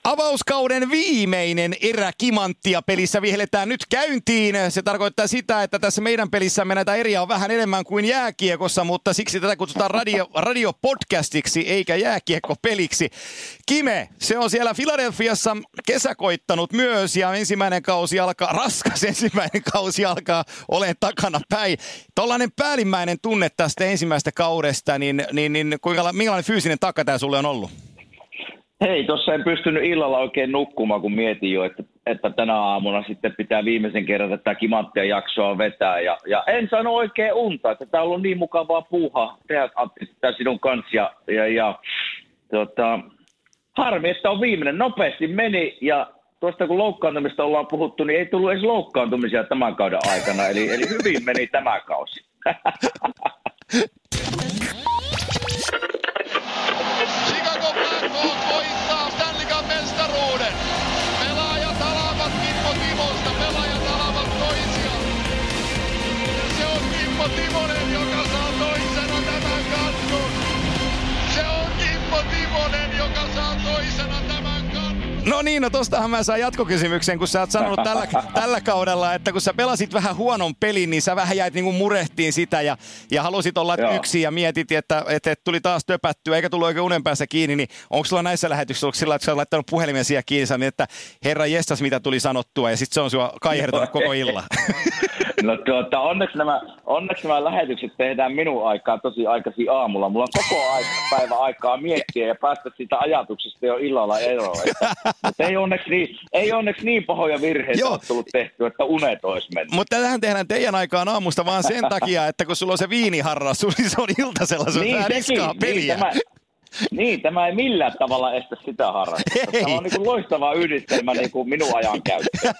Avauskauden viimeinen erä Kimanttia pelissä vihelletään nyt käyntiin. Se tarkoittaa sitä, että tässä meidän pelissämme näitä eriä on vähän enemmän kuin jääkiekossa, mutta siksi tätä kutsutaan radiopodcastiksi eikä jääkiekkopeliksi. Kime, se on siellä Philadelphiassa kesäkoittanut myös ja ensimmäinen kausi alkaa, raskas ensimmäinen kausi alkaa olen takana päin. Tollainen päällimmäinen tunne tästä ensimmäisestä kaudesta, niin millainen fyysinen takka tämä sulle on ollut? Hei, tuossa en pystynyt illalla oikein nukkumaan, kun mietin jo, että tänä aamuna sitten pitää viimeisen kerran tätä Kimanttia jaksoa vetää. Ja en sano oikein unta, että tämä on ollut niin mukavaa puuhaa tehdä Antti sinun kanssa. Harmi, että on viimeinen. Nopeasti meni ja tuosta kun loukkaantumista ollaan puhuttu, niin ei tullut edes loukkaantumisia tämän kauden aikana. Eli hyvin meni tämä kausi. Chicago Blackhawks voittaa Stanley Cup-mestaruuden. Pelaajat alavat Kimmo Timosta, pelaajat alavat toisiaan. Se on Kimmo Timonen, joka saa toisena tämän kannun. Se on Kimmo Timonen, joka saa toisena tämän kannun. No niin, tostahan mä saan jatkokysymyksen, kun sä oot sanonut tällä kaudella, että kun sä pelasit vähän huonon pelin, niin sä vähän jäit niinku murehtiin sitä ja halusit olla yksin ja mietit, että tuli taas töpättyä eikä tullut oikein unen päässä kiinni, niin onko sulla näissä lähetyksissä sillä, että sä oot laittanut puhelimen siihen kiinni, että herra jestas mitä tuli sanottua ja sit se on sua kaihertanut koko illan? No onneksi nämä lähetykset tehdään minun aikaan tosi aikaisin aamulla. Mulla on koko päivä aikaa miettiä ja päästä siitä ajatuksesta jo illalla eroon. Mutta ei onneksi niin pahoja virheitä ole tullut tehtyä, että unet olisi mennyt. Mutta tätähän tehdään teidän aikaan aamusta vaan sen takia, että kun sulla on se viiniharrastus, niin se on iltasella, se on vähän riskaa peliä. Tämä ei millään tavalla estä sitä harrastusta. Tämä on niin loistava yhdistelmä niin kuin minun ajan käyttöön.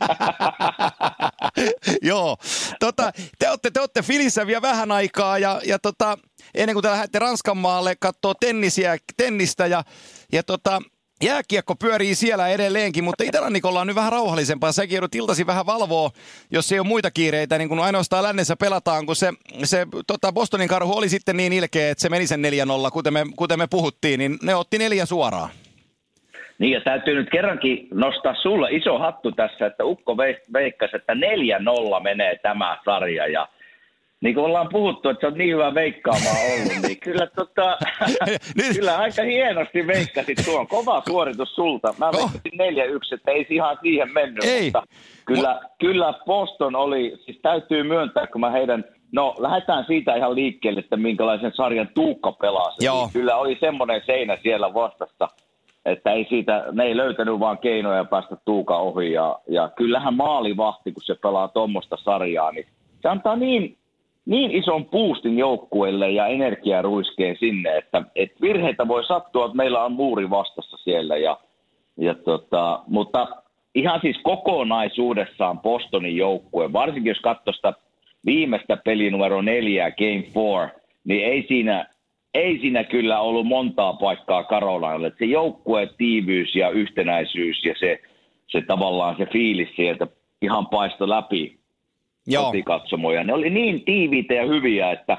Joo. Te olette Filissä vielä vähän aikaa ja ennen kuin te lähdette Ranskan maalle katsoo tennistä ja jääkiekko pyörii siellä edelleenkin, mutta Itärannikolla on nyt vähän rauhallisempaa. Säkin joudut iltasi vähän valvoa, jos ei ole muita kiireitä, niin kun ainoastaan lännessä pelataan, kun se Bostonin karhu oli sitten niin ilkeä, että se meni sen 4-0, kuten me puhuttiin, niin ne otti 4 suoraan. Niin ja täytyy nyt kerrankin nostaa sulle iso hattu tässä, että Ukko veikkasi, että 4-0 menee tämä sarja ja niin kuin ollaan puhuttu, että se on niin hyvä veikkaamaan ollut, niin kyllä, kyllä aika hienosti veikkasit. Tuo on kova suoritus sulta. Mä veikkasin 4-1, että ei ihan siihen mennyt, mutta kyllä Boston oli, siis täytyy myöntää, kun mä lähdetään siitä ihan liikkeelle, että minkälaisen sarjan Tuukka pelasi. Niin kyllä oli semmoinen seinä siellä vastassa, että ne ei löytänyt vaan keinoja päästä Tuukan ohi. Ja kyllähän maalivahti, kun se pelaa tuommoista sarjaa, niin se antaa niin ison boostin joukkueelle ja energiaruiskeen sinne, että virheitä voi sattua, että meillä on muuri vastassa siellä. Mutta ihan siis kokonaisuudessaan Bostonin joukkue, varsinkin jos katsoo sitä viimeistä peli numero 4, Game 4, niin ei siinä kyllä ollut montaa paikkaa Carolinalle. Se joukkueen tiivyys ja yhtenäisyys ja se tavallaan se fiilis sieltä ihan paistoi läpi kotikatsomoja. Ne oli niin tiiviitä ja hyviä, että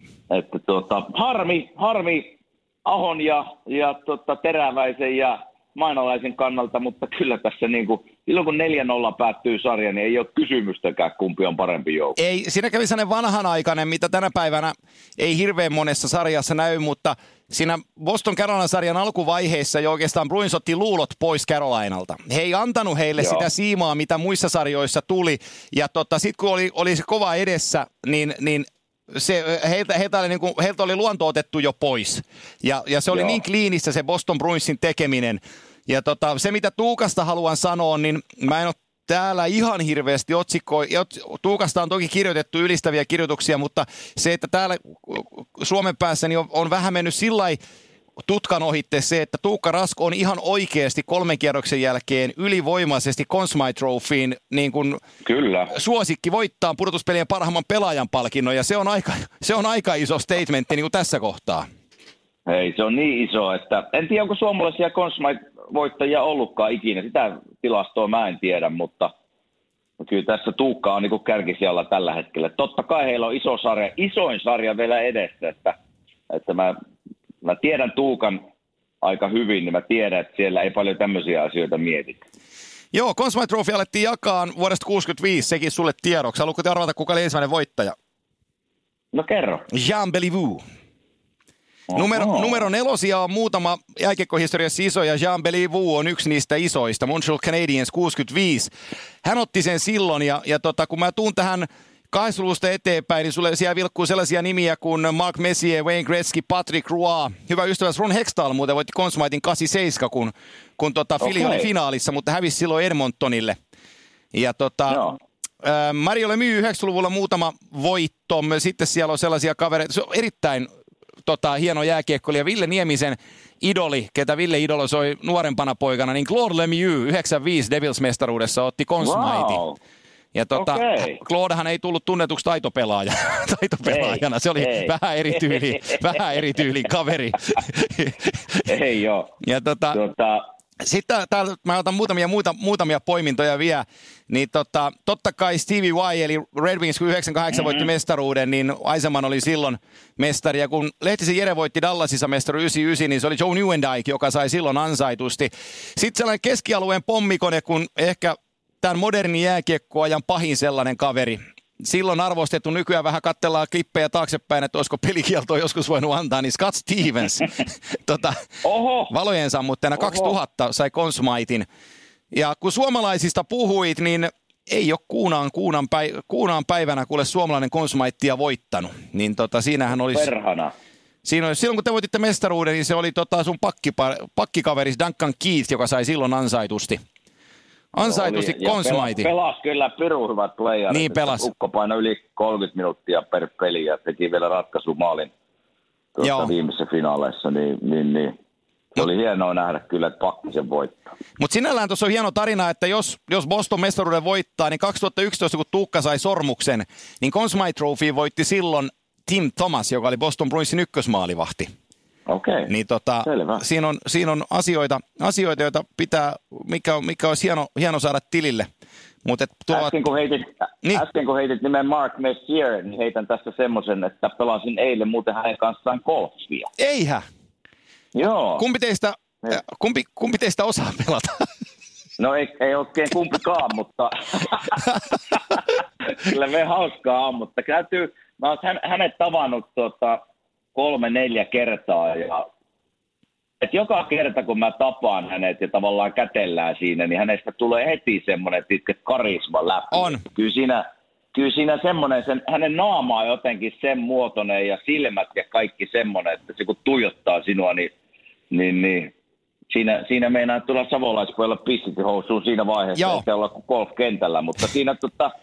harmi Ahon ja Teräväisen ja Mainalaisen kannalta, mutta kyllä tässä silloin kun 4-0 päättyy sarja, niin ei ole kysymystäkään, kumpi on parempi joukko. Ei, siinä kävi sellainen vanhanaikainen, mitä tänä päivänä ei hirveän monessa sarjassa näy, mutta siinä Boston Carolina-sarjan alkuvaiheessa jo oikeastaan Bruins otti luulot pois Carolinalta. He ei antanut heille sitä siimaa, mitä muissa sarjoissa tuli, ja sitten kun oli se kova edessä, niin heiltä oli luonto otettu jo pois. Ja se oli niin kliinistä se Boston Bruinsin tekeminen. Ja se, mitä Tuukasta haluan sanoa, niin mä en ole täällä ihan hirveästi Tuukasta on toki kirjoitettu ylistäviä kirjoituksia, mutta se, että täällä Suomen päässä niin on vähän mennyt sillai tutkan ohitte se, että Tuukka Rask on ihan oikeasti 3 kierroksen jälkeen ylivoimaisesti Conn Smythe Trophyin niin kuin suosikki voittaa pudotuspelien parhaimman pelaajan palkinnon, ja se on aika iso statementti niin kuin tässä kohtaa. Hei, se on niin iso, että en tiedä, onko suomalaisia Conn Smythe-voittajia ollutkaan ikinä. Sitä tilastoa mä en tiedä, mutta kyllä tässä Tuukka on niin kuin kärkisijalla tällä hetkellä. Totta kai heillä on isoin sarja vielä edessä, että mä tiedän Tuukan aika hyvin, niin mä tiedän, että siellä ei paljon tämmöisiä asioita mietitä. Joo, Conn Smythe Trophy alettiin jakaa vuodesta 1965, sekin sulle tiedoksi. Haluatko te arvata, kuka oli ensimmäinen voittaja? No kerro. Jean Béliveau. Numero 4 on muutama jääkiekkohistoriassa iso, ja Jean Béliveau on yksi niistä isoista. Montreal Canadiens 65. Hän otti sen silloin, ja kun mä tuun tähän 80-luvusta eteenpäin, niin sulle siellä vilkkuu sellaisia nimiä kuin Mark Messier, Wayne Gretzky, Patrick Roy. Hyvä ystäväs Ron Hextall muuten voitti Conn Smythen 87, kun Philly oli finaalissa, mutta hävisi silloin Edmontonille. Ja Mario Lemieux 90-luvulla muutama voitto. Sitten siellä on sellaisia kavereita. Se on erittäin hieno jääkiekkoilija. Ville Niemisen idoli, ketä Ville idolisoi nuorempana poikana, niin Claude Lemieux 95 Devils-mestaruudessa otti Conn Smythen. Wow. Ja Claudehan ei tullut tunnetuksi taitopelaajana. Se oli vähän eri tyyli kaveri. Ei joo. Ja sitten täällä mä otan muutamia poimintoja vielä. Niin totta kai Stevie Y, eli Red Wings, kun 98 voitti mestaruuden, niin Eisenman oli silloin mestari. Ja kun Lehtisen Jere voitti Dallasissa mestari 99, niin se oli Joe Nieuwendyk, joka sai silloin ansaitusti. Sitten sellainen keskialueen pommikone, kun ehkä tämän modernin jääkiekkoajan pahin sellainen kaveri. Silloin arvostettu, nykyään vähän katsellaan klippejä taaksepäin, että olisiko pelikieltoa joskus voinut antaa, niin Scott Stevens valojen sammuttajana 2000 sai Conn Smythen. Ja kun suomalaisista puhuit, niin ei ole kuunaan päivänä kuule suomalainen Conn Smythea voittanut. Niin siinähän olisi... Perhana. Silloin kun te voititte mestaruuden, niin se oli sun pakkikaveris Duncan Keith, joka sai silloin ansaitusti Conn Smythen. Pelas kyllä pirun hyvät playerit. Niin pelas. Ukko painoi yli 30 minuuttia per peli ja teki vielä ratkaisumaalin viimeisessä finaaleissa. Niin. Se oli hienoa nähdä kyllä, että pakki sen voittaa. Mutta sinällään tuossa on hieno tarina, että jos Boston mestaruuden voittaa, niin 2011, kun Tuukka sai sormuksen, niin Conn Smythe Trophy voitti silloin Tim Thomas, joka oli Boston Bruinsin ykkösmaalivahti. Okei, niin selvä. Siinä on asioita, joita pitää, mikä olisi hieno saada tilille. Äsken kun heitit nimen Mark Messier, niin heitän tästä semmoisen, että pelasin eilen muuten hänen kanssaan golfia. Eihän? Joo. Kumpi teistä osaa pelata? No ei oikein kumpikaan, mutta kyllä me hauskaa on, mutta mä oon hänet tavannut 3-4 kertaa ja että joka kerta kun mä tapaan hänet ja tavallaan kätellään siinä, niin hänestä tulee heti semmoinen pitkä karisma läpi. On. Kyllä siinä semmoinen, hänen naama on jotenkin sen muotoinen ja silmät ja kaikki semmoinen, että se kun tuijottaa sinua, niin siinä meinaa tulla savolaispojalla pissit housuun siinä vaiheessa, ettei olla kuin golfkentällä, mutta siinä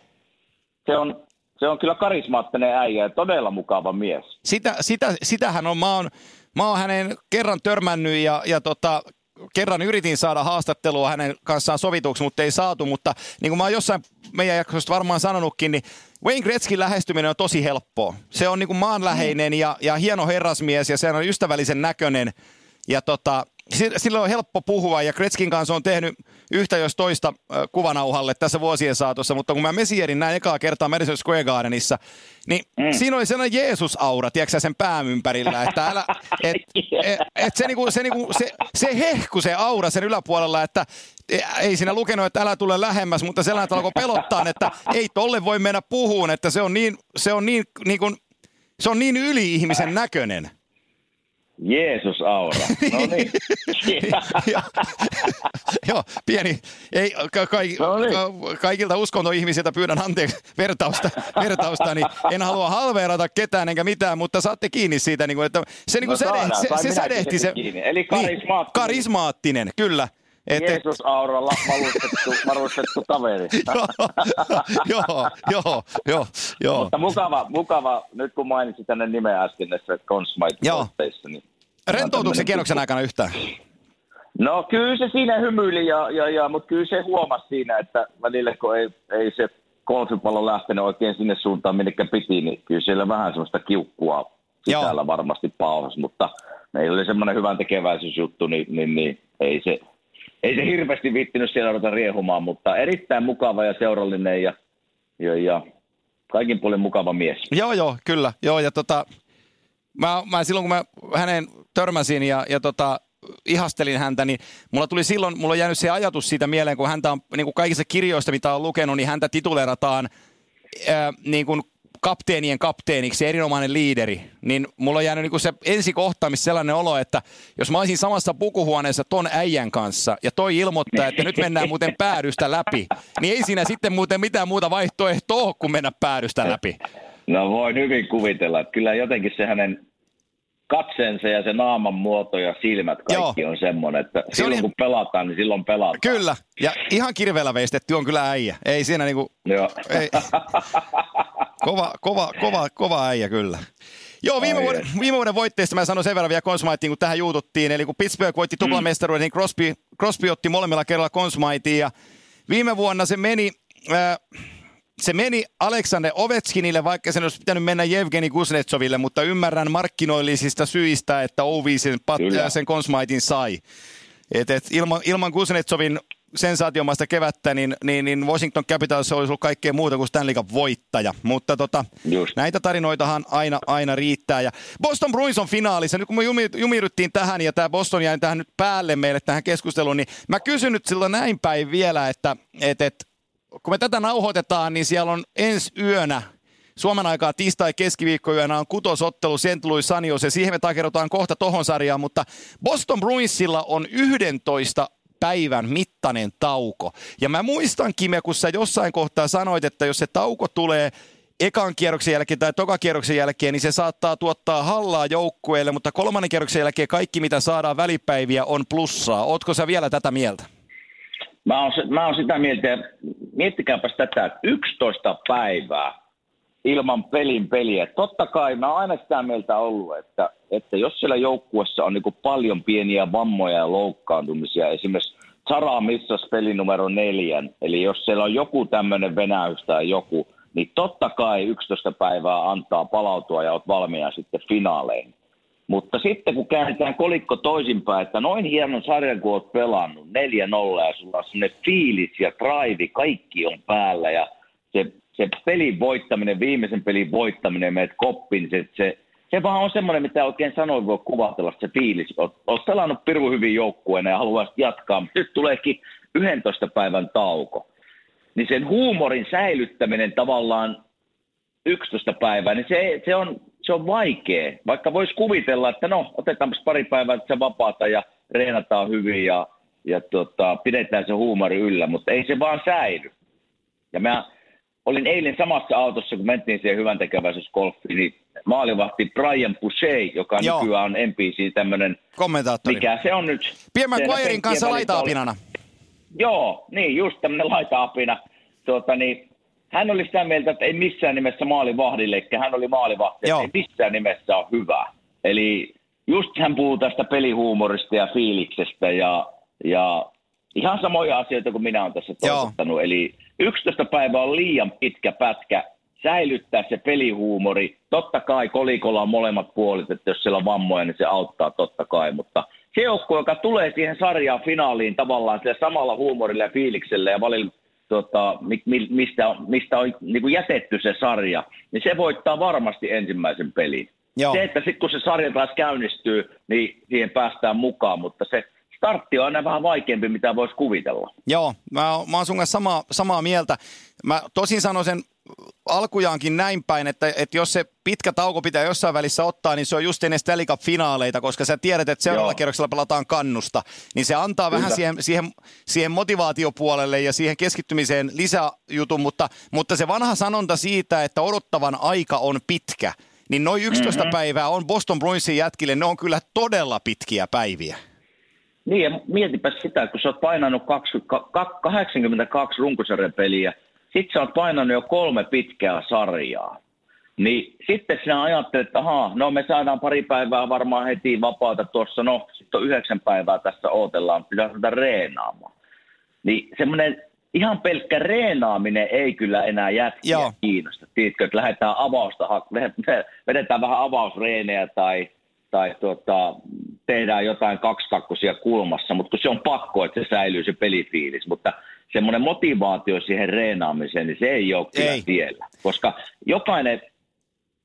se on kyllä karismaattinen äijä ja todella mukava mies. Sitähän on. Mä oon hänen kerran törmännyt ja kerran yritin saada haastattelua hänen kanssaan sovituksi, mutta ei saatu. Mutta niin kuin mä oon jossain meidän jaksosta varmaan sanonutkin, niin Wayne Gretzkin lähestyminen on tosi helppoa. Se on niin kuin maanläheinen ja hieno herrasmies ja se on ystävällisen näköinen. Ja silloin on helppo puhua ja Gretzkin kanssa on tehnyt yhtä jos toista kuvanauhalle tässä vuosien saatossa, mutta kun mä Messierin näin ekaa kertaa Madison Square Gardenissa, niin siinä oli sellainen Jeesus-aura, tiedätkö sen pään ympärillä, että se hehku se aura sen yläpuolella, että ei siinä lukenut, että älä tule lähemmäs, mutta sellainen, että alkoi pelottaa, että ei tolle voi mennä puhuun, että se on niin yli-ihmisen näköinen. Jeesus-aura. No niin. Joo, pieni. Ei, kaikilta uskontoihmisiltä pyydän anteeksi vertausta, niin en halua halveerata ketään enkä mitään, mutta saatte kiinni siitä, että se sädehti. Eli karismaattinen. Karismaattinen, kyllä. Jeesus-auralla varustettu kaveri. Joo. Mutta mukava, nyt kun mainitsin tänne nimeä äsken näissä Conn Smythe-tuotteissa. Niin rentoutuuko se kierroksen aikana yhtään? No kyllä se siinä hymyili, mutta kyllä se huomasi siinä, että välillä kun ei se golfipallo lähtenyt oikein sinne suuntaan, minnekä piti, niin kyllä siellä vähän semmoista kiukkua sisällä varmasti pauhas, mutta meillä oli semmoinen hyvän tekeväisyysjuttu, niin ei se hirveästi viittinyt siellä ruveta riehumaan, mutta erittäin mukava ja seurallinen ja kaikin puolin mukava mies. Joo, kyllä. Joo, ja mä silloin kun mä hänen törmäsin ja ihastelin häntä, niin mulla on jäänyt se ajatus siitä mieleen, kun häntä on niin kuin kaikissa kirjoista, mitä on lukenut, niin häntä tituleerataan niin kuin kapteenien kapteeniksi, erinomainen liideri, niin mulla on jäänyt niin kuin se ensikohtaamissa sellainen olo, että jos mä olisin samassa pukuhuoneessa ton äijän kanssa ja toi ilmoittaa, että nyt mennään muuten päädystä läpi, niin ei siinä sitten muuten mitään muuta vaihtoehtoa ole kuin mennä päädystä läpi. No voin hyvin kuvitella, että kyllä jotenkin se hänen katseensa ja se naaman muoto ja silmät kaikki on semmoinen, että silloin kun pelataan, niin silloin pelataan. Kyllä, ja ihan kirveellä veistetty on kyllä äijä. Ei siinä niinku... Joo. Ei. Kova äijä kyllä. Joo, viime vuoden voitteista mä sanon sen verran vielä Conn Smithiin, kun tähän juututtiin. Eli kun Pittsburgh voitti tuplamestaruuden, niin Crosby otti molemmilla kerralla Conn Smithiin. Ja viime vuonna se meni Alexander Ovechkinille, vaikka sen olisi pitänyt mennä Jevgeni Kuznetsoville, mutta ymmärrän markkinoillisista syistä, että Ovi sen Conn Smithin sai. Ilman Kuznetsovin sensaatiomaista kevättä, niin Washington Capitals olisi ollut kaikkea muuta kuin Stanley Cup -voittaja. Mutta näitä tarinoitahan aina riittää. Ja Boston Bruins on finaalissa. Nyt kun me jumiuduttiin tähän ja tämä Boston jäi tähän nyt päälle meille tähän keskusteluun, niin mä kysyn nyt silloin näin päin vielä, että kun me tätä nauhoitetaan, niin siellä on ensi yönä, Suomen aikaa tiistai-keskiviikkoyönä on kutosottelu St. Louis Sun Jose. Siihen me takerrotaan kohta tohon sarjaan, mutta Boston Bruinsilla on 11 päivän mittainen tauko. Ja mä muistan, Kime, kun sä jossain kohtaa sanoit, että jos se tauko tulee ekan kierroksen jälkeen tai toka kierroksen jälkeen, niin se saattaa tuottaa hallaa joukkueelle, mutta kolmannen kierroksen jälkeen kaikki, mitä saadaan välipäiviä, on plussaa. Ootko sä vielä tätä mieltä? Mä oon sitä mieltä, miettikääpäs tätä, että 11 päivää ilman peliä. Totta kai mä oon aina sitä mieltä ollut, että jos siellä joukkuessa on niin paljon pieniä vammoja ja loukkaantumisia, esimerkiksi Zara missasi peli numero 4, eli jos siellä on joku tämmöinen venäys tai joku, niin totta kai 11 päivää antaa palautua ja oot valmiina sitten finaaleihin. Mutta sitten kun käännetään kolikko toisinpäin, että noin hienon sarjan kun oot pelannut 4-0 ja sulla on sellainen fiilis ja drive, kaikki on päällä ja se pelin voittaminen, viimeisen pelin voittaminen, meet koppiin, se vaan on semmoinen, mitä oikein sanoin voi kuvatella, se fiilis. Oot pelannut pirun hyvin joukkueena ja haluaisit jatkaa, mutta nyt tuleekin 11 päivän tauko. Niin sen huumorin säilyttäminen tavallaan 11 päivää, niin se on vaikea. Vaikka voisi kuvitella, että otetaanpas pari päivää se vapaata ja reenataan hyvin ja pidetään se huumori yllä, mutta ei se vaan säily. Ja mä olin eilen samassa autossa, kun mentiin siihen hyväntekeväisyysgolfiin, niin maalivahti Brian Boucher, joka nykyään on NBC tämmöinen, kommentaattori. Mikä se on nyt? Pierre McGuiren kanssa laita-apinana. Joo, niin just tämmöinen laita-apina. Niin, hän oli sitä mieltä, että ei missään nimessä maalivahdille, eli hän oli maalivahti, että ei missään nimessä ole hyvä. Eli just hän puhuu tästä pelihuumorista ja fiiliksestä ja ihan samoja asioita kuin minä olen tässä toivottanut. Eli 11 päivää on liian pitkä pätkä säilyttää se pelihuumori. Totta kai kolikolla on molemmat puolet, että jos siellä on vammoja, niin se auttaa totta kai. Mutta se joukkue, joka tulee siihen sarjaan finaaliin tavallaan sillä samalla huumorilla ja fiiliksellä ja mistä on niin kuin jätetty se sarja, niin se voittaa varmasti ensimmäisen pelin. Joo. Se, että sitten kun se sarja taas käynnistyy, niin siihen päästään mukaan, mutta se startti on aina vähän vaikeampi, mitä voisi kuvitella. Joo, mä oon sun kanssa samaa mieltä. Mä tosin sanon sen alkujaankin näin päin, että jos se pitkä tauko pitää jossain välissä ottaa, niin se on just ennen Stanley Cup-finaaleita, koska sä tiedät, että seuraavalla kierroksella pelataan kannusta. Niin se antaa vähän siihen motivaatiopuolelle ja siihen keskittymiseen lisäjutun, mutta se vanha sanonta siitä, että odottavan aika on pitkä, niin noin 11 päivää on Boston Bruinsin jätkille, ne on kyllä todella pitkiä päiviä. Niin, ja mietipä sitä, kun sä oot painanut 82 runkosarjapeliä, sit sä oot painanut jo 3 pitkää sarjaa. Niin sitten sinä ajattelet, että me saadaan pari päivää varmaan heti vapaata tuossa, sitten on 9 päivää tässä odotellaan, pitää sitä reenaamaan. Niin semmoinen ihan pelkkä reenaaminen ei kyllä enää jätkiä kiinnosta. Tiedätkö, että lähdetään vedetään vähän avausreenejä tai tehdään jotain 2-2 kulmassa, mutta kun se on pakko, että se säilyy se pelifiilis, mutta semmoinen motivaatio siihen reenaamiseen, niin se ei ole kyllä siellä, koska jokainen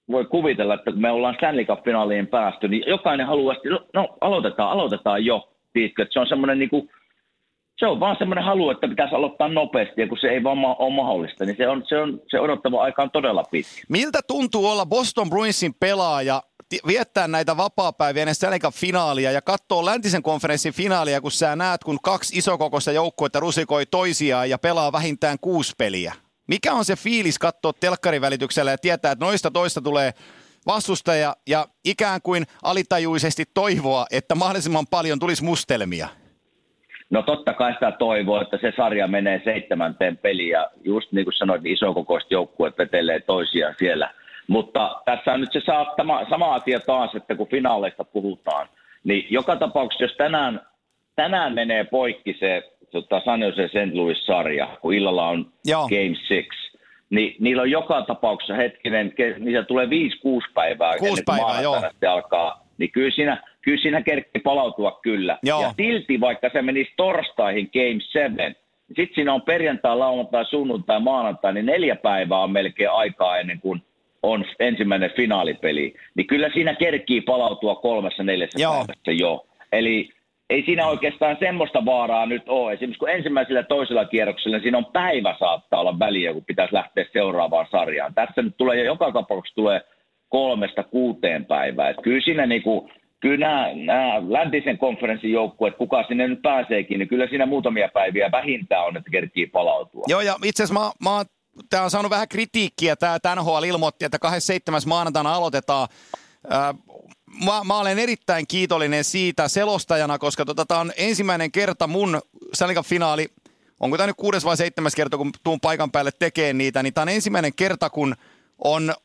voi kuvitella, että kun me ollaan Stanley Cup-finaaliin päästy, niin jokainen haluaa, no aloitetaan jo. Tiedätkö, että se on semmoinen niinku, se on vaan semmoinen halu, että pitäisi aloittaa nopeasti, ja kun se ei vaan ole mahdollista, niin se odottava aika on todella pitkä. Miltä tuntuu olla Boston Bruinsin pelaaja, viettää näitä vapaapäiviä ennen Stanley Cup-finaalia ja katsoo läntisen konferenssin finaalia, kun sä näet, kun 2 isokokoista joukkuetta rusikoi toisiaan ja pelaa vähintään 6 peliä? Mikä on se fiilis katsoa telkkarin välityksellä ja tietää, että noista toista tulee vastustaja ja ikään kuin alitajuisesti toivoa, että mahdollisimman paljon tulisi mustelmia? No totta kai sitä toivoo, että se sarja menee 7. peliin ja just niin kuin sanoit, niin isokokoiset joukkueet vetelee toisiaan siellä. Mutta tässä on nyt se sama asia taas, että kun finaaleista puhutaan, niin joka tapauksessa, jos tänään menee poikki se San Jose St. Louis-sarja, kun illalla on Game 6, niin niillä on joka tapauksessa niitä tulee 5-6 päivää, 6 päivää, joo. Alkaa, niin kyllä siinä kerkki palautua kyllä. Joo. Ja silti, vaikka se menisi torstaihin Game 7, niin sitten siinä on perjantai, lauantai, sunnuntai, maanantai, niin 4 päivää on melkein aikaa ennen kuin on ensimmäinen finaalipeli. Niin kyllä siinä kerkkii palautua 3-4 päivässä jo. Eli ei siinä oikeastaan semmoista vaaraa nyt ole. Esimerkiksi kun ensimmäisellä ja toisella kierroksella siinä on päivä saattaa olla väliä, kun pitäisi lähteä seuraavaan sarjaan. Tässä nyt tulee joka tapauksessa tulee 3-6 päivää. Et kyllä siinä kyllä nämä läntisen konferenssin joukkueet, kuka sinne nyt pääseekin, niin kyllä siinä muutamia päiviä vähintään on, että kerkii palautua. Joo, ja itse asiassa tämä on saanut vähän kritiikkiä. Tämä NHL ilmoitti, että 27. maanantaina aloitetaan. Mä olen erittäin kiitollinen siitä selostajana, koska tämä on ensimmäinen kerta mun Stanley Cup-finaali, onko tämä nyt 6. vai 7. kerta, kun tuun paikan päälle tekemään niitä, niin tämä on ensimmäinen kerta, kun on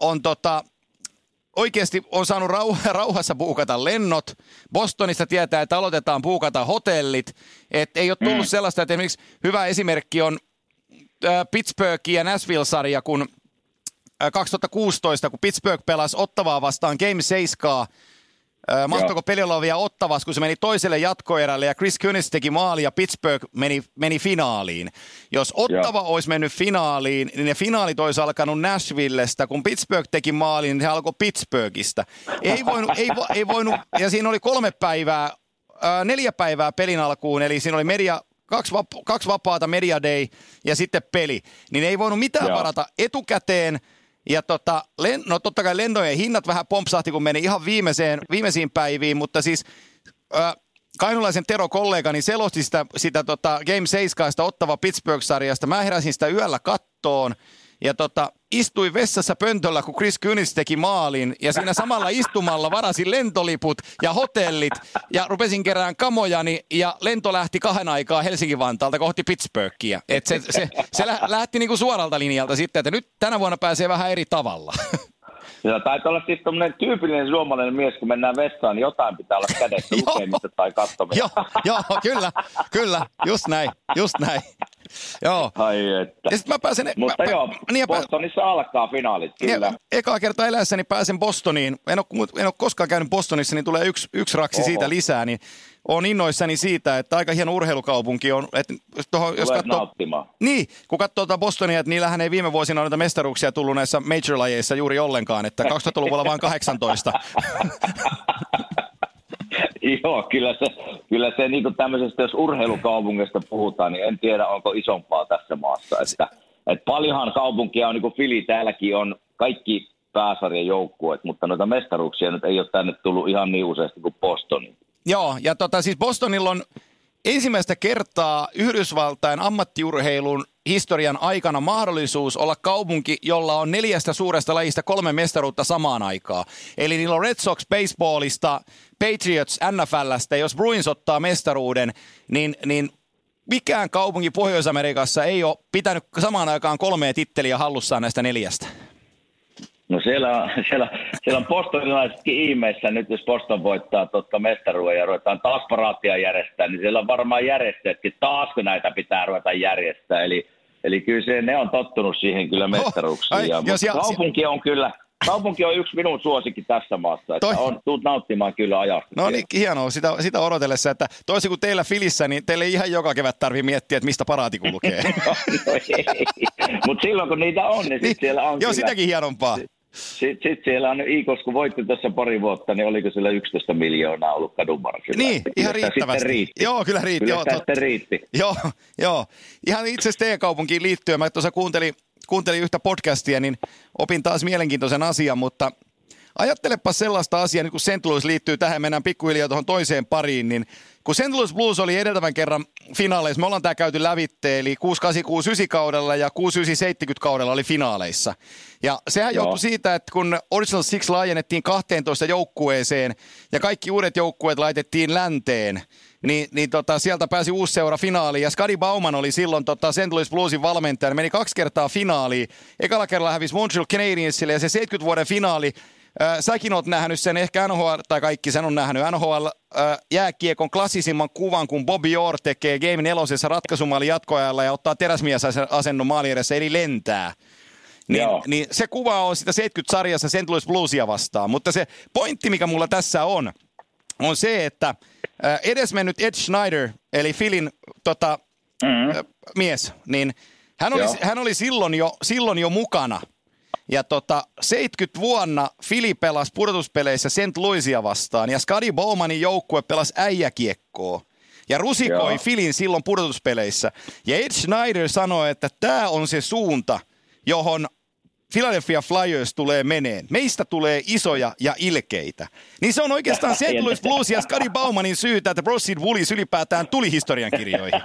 oikeasti on saanut rauhassa buukata lennot. Bostonista tietää, että aloitetaan buukata hotellit. Että ei ole tullut sellaista, että esimerkiksi hyvä esimerkki on Pittsburgh ja Nashville-sarja, kun 2016, kun Pittsburgh pelasi Ottavaa vastaan Game 7, mahtoiko peli olla vielä Ottavassa, kun se meni toiselle jatkoerälle ja Chris Kunitz teki maali ja Pittsburgh meni finaaliin. Jos Ottava olisi mennyt finaaliin, niin ne finaalit olisi alkanut Nashvillestä. Kun Pittsburgh teki maalin, niin se alkoi Pittsburghista. Ei voinut, ja siinä oli 4 päivää pelin alkuun, eli siinä oli kaksi vapaata media day ja sitten peli. Niin ei voinut mitään varata etukäteen. Ja no totta kai lentojen hinnat vähän pompsahti, kun meni ihan viimeisiin päiviin, mutta siis kainulaisen Tero kollegani selosti sitä Game 7 Ottava Pittsburgh-sarjasta. Mä heräsin sitä yöllä kattoon ja istuin vessassa pöntöllä, kun Chris Kunitz teki maalin ja siinä samalla istumalla varasin lentoliput ja hotellit ja rupesin kerään kamojani ja lento lähti 2 aikaa Helsinki-Vantaalta kohti Pittsburghia. Et se lähti niinku suoralta linjalta sitten, että nyt tänä vuonna pääsee vähän eri tavalla. Ja taitaa olla siis tommoinen tyypillinen suomalainen mies, kun mennään vessaan, niin jotain pitää olla kädessä lukemista tai katsomista. Joo, kyllä, just näin. Joo. Ai että. Ja sit mä pääsen... Bostonissa alkaa finaalit, kyllä. Ekaa kertaa eläessäni pääsen Bostoniin. En ole koskaan käynyt Bostonissa, niin tulee yksi raksi siitä lisää, niin olen innoissani siitä, että aika hieno urheilukaupunki on. Jos nauttimaan. Niin, kun katsoo Bostonia, että niillähän ei viime vuosina ole mestaruuksia tullut näissä major-lajeissa juuri ollenkaan, että 2000-luvulla vain 18. Joo, kyllä se niin kuin tämmöisestä, jos urheilukaupungista puhutaan, niin en tiedä, onko isompaa tässä maassa. Että paljonhan kaupunkia on, niin kuin Fili, täälläkin on kaikki pääsarjan joukkueet, mutta noita mestaruuksia nyt ei ole tänne tullut ihan niin useasti kuin Bostoniin. Joo, ja siis Bostonilla on ensimmäistä kertaa Yhdysvaltain ammattiurheilun historian aikana mahdollisuus olla kaupunki, jolla on 4 suuresta lajista 3 mestaruutta samaan aikaan. Eli niillä on Red Sox baseballista, Patriots NFLstä, jos Bruins ottaa mestaruuden, niin mikään kaupunki Pohjois-Amerikassa ei ole pitänyt samaan aikaan 3 titteliä hallussaan näistä 4. No siellä on bostonilaisetkin ihmeessä nyt, jos Boston voittaa mestaruuden ja ruvetaan taas paraattia järjestää, niin siellä on varmaan järjestäjätkin taasko näitä pitää ruveta järjestää. Eli kyllä ne on tottunut siihen kyllä mestaruuksiin. Kaupunki on yksi minun suosikki tässä maassa, että tuut nauttimaan kyllä ajasta. No niin, hienoa sitä odotellessa, että toisin kuin teillä Filissä, niin teille ei ihan joka kevät tarvitse miettiä, että mistä paraati kulkee. Mutta silloin kun niitä on, niin siellä on joo, sitäkin hienompaa. Sitten siellä on Eagles, kun voitti tuossa pari vuotta, niin oliko siellä 11 miljoonaa ollut kadunvarsilla? Niin, ihan riittävästi. Joo, kyllä riitti. Kyllä sitä riitti. Joo. Ihan itse asiassa T-kaupunkiin liittyen, mä tuossa kuuntelin yhtä podcastia, niin opin taas mielenkiintoisen asian, mutta ajattelepa sellaista asiaa, niin kun St. Louis liittyy tähän, mennään pikkuhiljaa tuohon toiseen pariin, niin kun St. Louis Blues oli edeltävän kerran finaaleissa, me ollaan tää käyty lävitteen, eli 68-69 kaudella ja 69-70 kaudella oli finaaleissa. Ja sehän johtui siitä, että kun Original Six laajennettiin 12 joukkueeseen ja kaikki uudet joukkueet laitettiin länteen, niin sieltä pääsi uusi seura finaaliin. Ja Scotty Bowman oli silloin St. Louis Bluesin valmentaja, meni 2 kertaa finaaliin. Ekalla kerralla hävisi Montreal Canadiensille ja se 70 vuoden finaali, säkin oot nähnyt sen, ehkä NHL, tai kaikki sen on nähnyt, NHL-jääkiekon klassisimman kuvan, kun Bobby Orr tekee Game 4 ratkaisumaali jatkoajalla ja ottaa teräsmiesasennon maali edessä, eli lentää. Niin se kuva on sitä 70-sarjassa St. Louis Bluesia vastaan, mutta se pointti, mikä mulla tässä on se, että edesmennyt Ed Schneider, eli Philin mies, niin hän oli silloin jo mukana. Ja 70 vuonna Philly pelasi pudotuspeleissä St. Louisia vastaan, ja Scotty Bowmanin joukkue pelasi äijäkiekkoa. Ja rusikoi Philin silloin pudotuspeleissä. Ja Ed Schneider sanoi, että tämä on se suunta, johon Philadelphia Flyers tulee meneen. Meistä tulee isoja ja ilkeitä. Niin se on oikeastaan St. Louis Blues ja Scotty Bowmanin syytä, että Proceed Bullies ylipäätään tuli historiankirjoihin.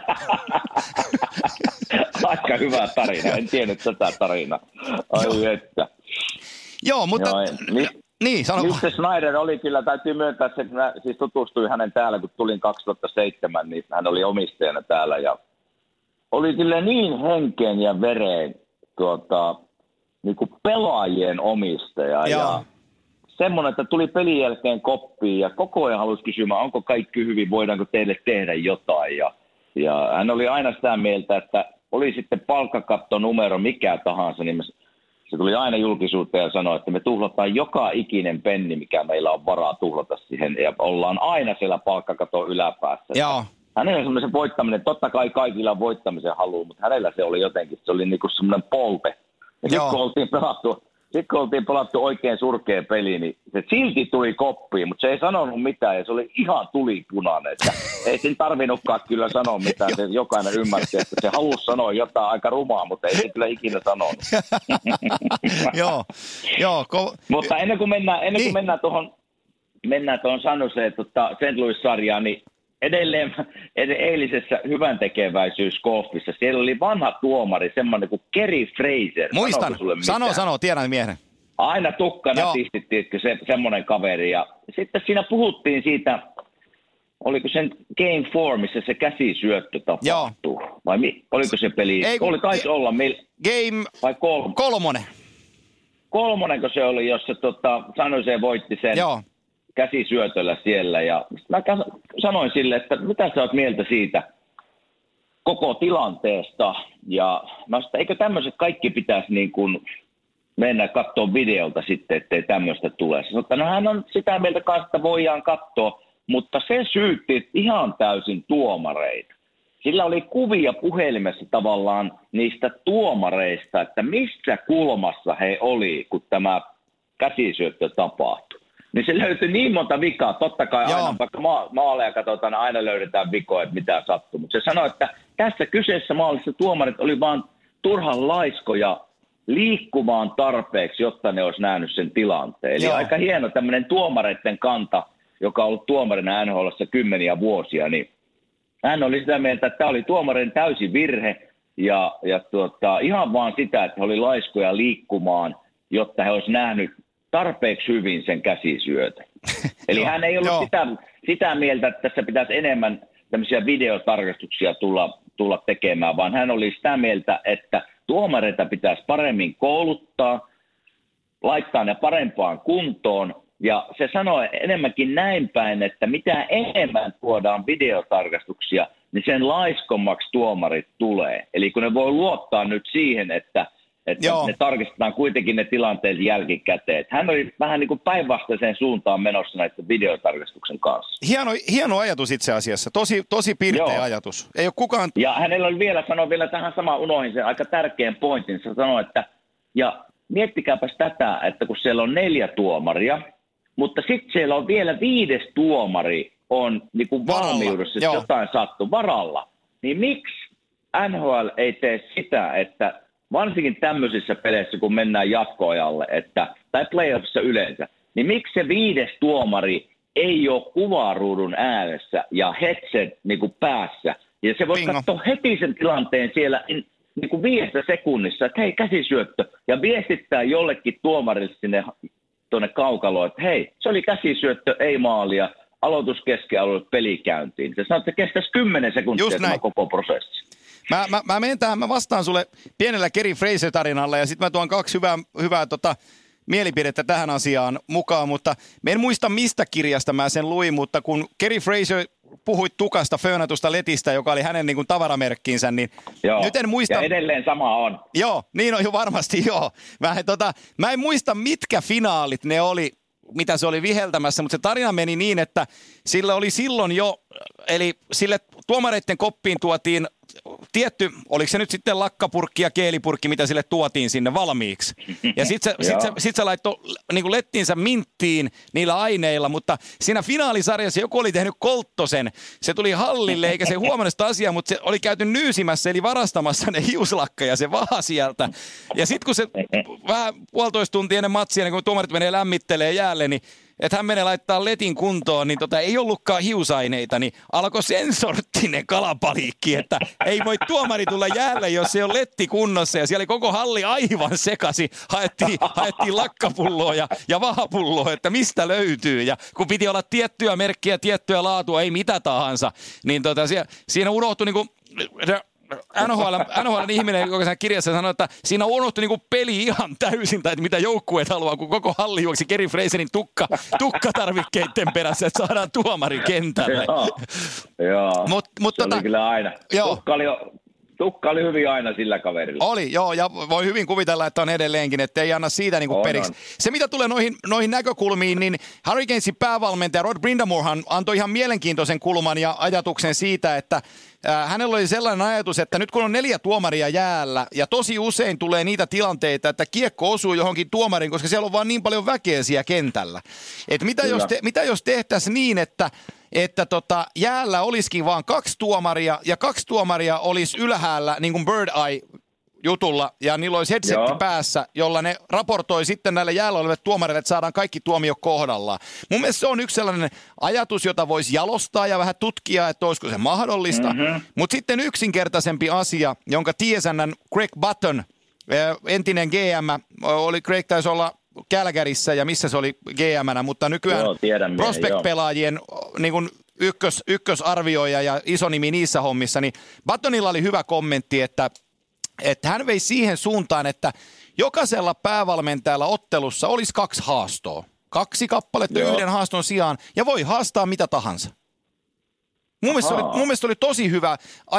Aika hyvä tarina. En tiennyt tätä tarinaa. Ai että. Joo, mutta... Niin, sano. Mr. Schneider oli kyllä, täytyy myöntää, että mä siis tutustuin hänen täällä, kun tulin 2007, niin hän oli omistajana täällä. Ja oli kyllä niin henkeen ja vereen niin kuin pelaajien omistaja. Ja semmoinen, että tuli pelin jälkeen koppiin ja koko ajan halusi kysymään, onko kaikki hyvin, voidaanko teille tehdä jotain. Ja hän oli aina sitä mieltä, että oli sitten palkkakattonumero mikä tahansa, niin se tuli aina julkisuuteen ja sanoi, että me tuhlataan joka ikinen penni, mikä meillä on varaa tuhlata siihen. Ja ollaan aina siellä palkkakaton yläpäässä. Joo. Hänellä on semmoisen voittaminen, totta kai kaikilla on voittamisen halu, mutta hänellä se oli jotenkin, se oli niinku semmoinen polpe. Ja sitten kun oltiin pelattu oikein surkea peli, niin se silti tuli koppiin, mutta se ei sanonut mitään ja se oli ihan tulipunainen. Että ei sen tarvinnutkaan kyllä sanoa mitään, se jokainen ymmärsi, että se halusi sanoa jotain aika rumaa, mutta ei se kyllä ikinä sanonut. Joo. Mutta ennen kuin mennään tuohon Sanuseen St. Louis-sarjaan, niin edelleen eilisessä hyvän tekeväisyysgolfissa, siellä oli vanha tuomari, semmoinen kuin Kerry Fraser. Muistan, sano, tiedän miehen. Aina tukkana tistittiin, semmoinen kaveri. Ja sitten siinä puhuttiin siitä, oliko sen Game 4, missä se käsisyöttö tapahtuu? Vai oliko se peli? Taisi olla. Game vai 3. 3, se oli, jossa Sanuse voitti sen. Joo. Käsisyötöllä siellä ja mä sanoin sille, että mitä sä oot mieltä siitä koko tilanteesta ja mä sanoin, että eikö tämmöiset kaikki pitäisi niin kuin mennä katsoa videolta sitten, ettei tämmöistä tule. Sanoin, että no hän on sitä mieltä kanssa, että voidaan katsoa, mutta se syytti ihan täysin tuomareita. Sillä oli kuvia puhelimessa tavallaan niistä tuomareista, että missä kulmassa he oli, kun tämä käsisyöttö tapahtui. Niin se löytyi niin monta vikaa. Totta kai aina, vaikka maaleja katsotaan, aina löydetään vikoja, että mitä sattuu. Mutta se sanoi, että tässä kyseessä maalissa tuomarit oli vaan turhan laiskoja liikkumaan tarpeeksi, jotta ne olisi nähnyt sen tilanteen. Eli aika hieno tämmöinen tuomareiden kanta, joka on ollut tuomarina NHL:ssä kymmeniä vuosia, niin hän oli sitä mieltä, että tämä oli tuomarin täysi virhe ja ihan vaan sitä, että he oli laiskoja liikkumaan, jotta he olisi nähnyt tarpeeksi hyvin sen käsisyötä. Eli hän ei ollut sitä mieltä, että tässä pitäisi enemmän tämmöisiä videotarkastuksia tulla tekemään, vaan hän oli sitä mieltä, että tuomareita pitäisi paremmin kouluttaa, laittaa ne parempaan kuntoon. Ja se sanoi enemmänkin näin päin, että mitä enemmän tuodaan videotarkastuksia, niin sen laiskommaksi tuomarit tulee. Eli kun ne voi luottaa nyt siihen, että ne tarkistetaan kuitenkin ne tilanteet jälkikäteen. Hän oli vähän niin kuin päinvastaiseen suuntaan menossa näiden videotarkastuksen kanssa. Hieno ajatus itse asiassa. Tosi pirteä ajatus. Ei ole kukaan... Ja hänellä oli sanoi vielä tähän samaan unoihin sen aika tärkeän pointin. Se sanoi, että ja miettikääpäs tätä, että kun siellä on 4 tuomaria, mutta sitten siellä on vielä 5. tuomari on niin kuin valmiudessa, jos jotain sattuu varalla. Niin miksi NHL ei tee sitä, että varsinkin tämmöisissä peleissä, kun mennään jatkoajalle, tai playoffissa yleensä, niin miksi se 5. tuomari ei ole kuvaruudun ääressä ja headset niin kuin päässä. Ja se voi katsoa heti sen tilanteen siellä niin kuin 5 sekunnissa, että hei, käsisyöttö. Ja viestittää jollekin tuomarille sinne tuonne kaukaloon, että hei, se oli käsisyöttö, ei maalia, aloitus keskialueelle pelikäyntiin. Se sanoo, että kestäisi 10 sekuntia tämä koko prosessi. Mä menen tähän, mä vastaan sulle pienellä Kerry Fraser-tarinalla ja sitten mä tuon 2 hyvää mielipidettä tähän asiaan mukaan, mutta mä en muista mistä kirjasta mä sen luin, mutta kun Kerry Fraser puhui tukasta, föönatusta letistä, joka oli hänen niin kuin tavaramerkkinsä, niin joo, nyt en muista. Ja edelleen sama on. Joo, niin on jo varmasti joo. Mä en muista mitkä finaalit ne oli, mitä se oli viheltämässä, mutta se tarina meni niin, että sillä oli silloin jo, eli sille tuomareiden koppiin tuotiin tietty, oliko se nyt sitten lakkapurkki ja keelipurkki, mitä sille tuotiin sinne valmiiksi. Ja sitten se laittoi niin lettinsä minttiin niillä aineilla, mutta siinä finaalisarjassa joku oli tehnyt kolttosen. Se tuli hallille, eikä se huomannut sitä asiaa, mutta se oli käyty nyysimässä, eli varastamassa ne hiuslakka ja se vaha sieltä. Ja sitten kun se vähän 1,5 tuntia ennen matsia, niin kun tuomarit menee lämmittelee jäälle, niin että hän menee laittaa letin kuntoon, niin ei ollutkaan hiusaineita, niin alkoi sen sorttinen kalapaliikki, että ei voi tuomari tulla jäälle, jos ei ole letti kunnossa, ja siellä oli koko halli aivan sekasi, haettiin lakkapulloa ja vahapulloa, että mistä löytyy, ja kun piti olla tiettyä merkkiä, tiettyä laatua, ei mitä tahansa, niin siinä unohtui niinku NHL:n ihminen, joka sen kirjassa sanoi, että siinä unohtui niinku peli ihan täysin, tai mitä joukkueet haluaa, kun koko halli juoksi Kerry Fraserin tukkatarvikkeiden perässä, että saadaan tuomari kentälle. Joo. Se oli kyllä aina. Tukka oli hyvin aina sillä kaverilla. Oli, joo, ja voi hyvin kuvitella, että on edelleenkin, että ei anna siitä niinku periksi. Se, mitä tulee noihin näkökulmiin, niin Hurricanesin päävalmentaja Rod Brind'Amourhan antoi ihan mielenkiintoisen kulman ja ajatuksen siitä, että hänellä oli sellainen ajatus, että nyt kun on 4 tuomaria jäällä, ja tosi usein tulee niitä tilanteita, että kiekko osuu johonkin tuomariin, koska siellä on vaan niin paljon väkeä siellä kentällä. Että mitä jos tehtäisiin niin, että jäällä olisikin vaan 2 tuomaria, ja 2 tuomaria olisi ylhäällä niin kuin bird eye jutulla, ja niillä olisi headsetti päässä, jolla ne raportoi sitten näille jäällä oleville tuomareille, että saadaan kaikki tuomio kohdallaan. Mun mielestä se on yksi sellainen ajatus, jota voisi jalostaa ja vähän tutkia, että olisiko se mahdollista. Mutta sitten yksinkertaisempi asia, jonka TSN:n Greg Button, entinen GM, Greg taisi olla Calgaryssä ja missä se oli GM:nä, mutta nykyään prospect-pelaajien niin kuin ykkösarvioija ja iso nimi niissä hommissa, niin Buttonilla oli hyvä kommentti, että hän vei siihen suuntaan, että jokaisella päävalmentajalla ottelussa olisi 2 haastoa. 2 kappaletta yhden haaston sijaan, ja voi haastaa mitä tahansa. Mun mielestä oli tosi hyvä.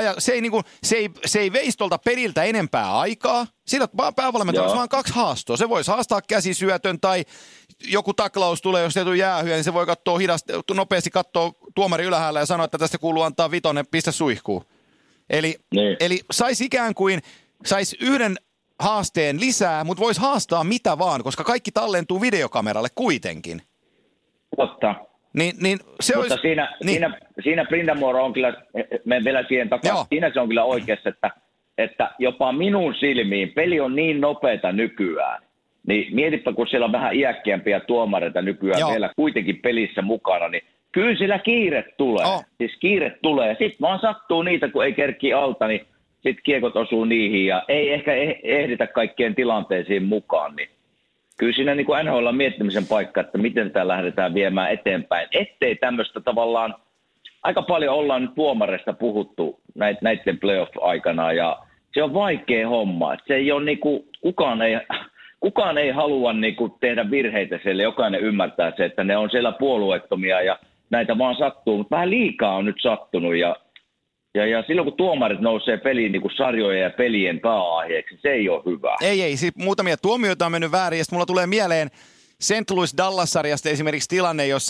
Se ei veisi tuolta peliltä enempää aikaa. Sillä päävalmentajalla olisi vain 2 haastoa. Se voisi haastaa käsisyötön tai joku taklaus tulee, jos ei tule jäähyä, niin se voi nopeasti katsoa tuomari ylhäällä ja sanoa, että tästä kuuluu antaa 5, pistä suihkuun. Eli saisi ikään kuin yhden haasteen lisää, mutta voisi haastaa mitä vaan, koska kaikki tallentuu videokameralle kuitenkin. Totta. Niin se mutta olisi, siinä Brind'Amour on kyllä, menen vielä siihen takaisin, siinä se on kyllä oikeassa, että jopa minun silmiin peli on niin nopeata nykyään. Niin mietipä, kun siellä on vähän iäkkiämpiä tuomareita nykyään vielä kuitenkin pelissä mukana, niin kyllä sillä kiire tulee. Siis kiire tulee. Sitten vaan sattuu niitä, kun ei kerki alta, niin sitten kiekot osuu niihin ja ei ehkä ehditä kaikkien tilanteisiin mukaan. Niin kyllä siinä niin kuin NHL on miettimisen paikka, että miten tämä lähdetään viemään eteenpäin. Ettei tämmöistä tavallaan, aika paljon ollaan nyt tuomareista puhuttu näiden playoff-aikana ja se on vaikea homma. Että se ei ole niin kuin, kukaan ei halua niin kuin tehdä virheitä siellä, jokainen ymmärtää se, että ne on siellä puolueettomia ja näitä vaan sattuu, mutta vähän liikaa on nyt sattunut ja silloin kun tuomarit nousee peliin niin kuin sarjojen ja pelien pääaiheeksi, se ei ole hyvä. Ei, siis muutamia tuomioita on mennyt väärin ja sitten mulla tulee mieleen St. Louis Dallas-sarjasta esimerkiksi tilanne, jossa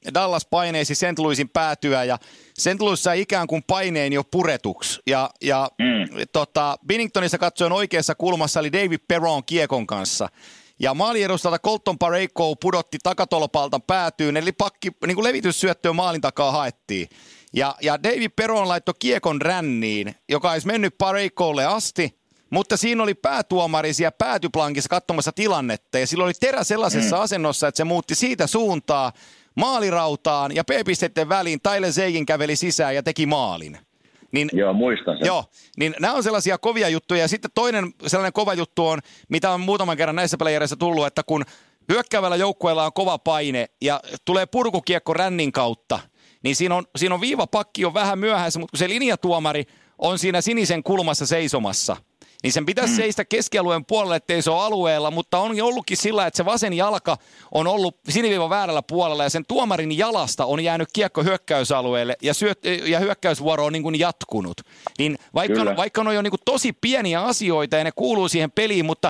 Dallas paineisi St. Louisin päätyä ja St. Louis sai ikään kuin paineen jo puretuksi. Ja Binningtonissa katsoen oikeassa kulmassa oli David Perron kiekon kanssa. Ja maaliedustalta Colton Parayko pudotti takatolpalta päätyyn, eli pakki, niin kuin levityssyöttöä maalin takaa haettiin. Ja David Perron laittoi kiekon ränniin, joka olisi mennyt Paraykolle asti, mutta siinä oli päätuomari siellä päätyplankissa katsomassa tilannetta, ja sillä oli terä sellaisessa asennossa, että se muutti siitä suuntaa maalirautaan, ja P-pisteiden väliin Tyler Seguin käveli sisään ja teki maalin. Niin, joo, muistan sen. Joo, niin nämä on sellaisia kovia juttuja, ja sitten toinen sellainen kova juttu on, mitä on muutaman kerran näissä pelaajissa tullut, että kun hyökkäävällä joukkueella on kova paine, ja tulee purkukiekko rännin kautta, niin siinä on viivapakki on vähän myöhässä, mutta kun se linjatuomari on siinä sinisen kulmassa seisomassa, niin sen pitäisi seistä keskialueen puolelle, ettei se ole alueella, mutta on ollutkin sillä, että se vasen jalka on ollut siniviivan väärällä puolella ja sen tuomarin jalasta on jäänyt kiekko hyökkäysalueelle ja hyökkäysvuoro on niin kuin jatkunut. Niin vaikka ne on niin kuin tosi pieniä asioita ja ne kuuluu siihen peliin, mutta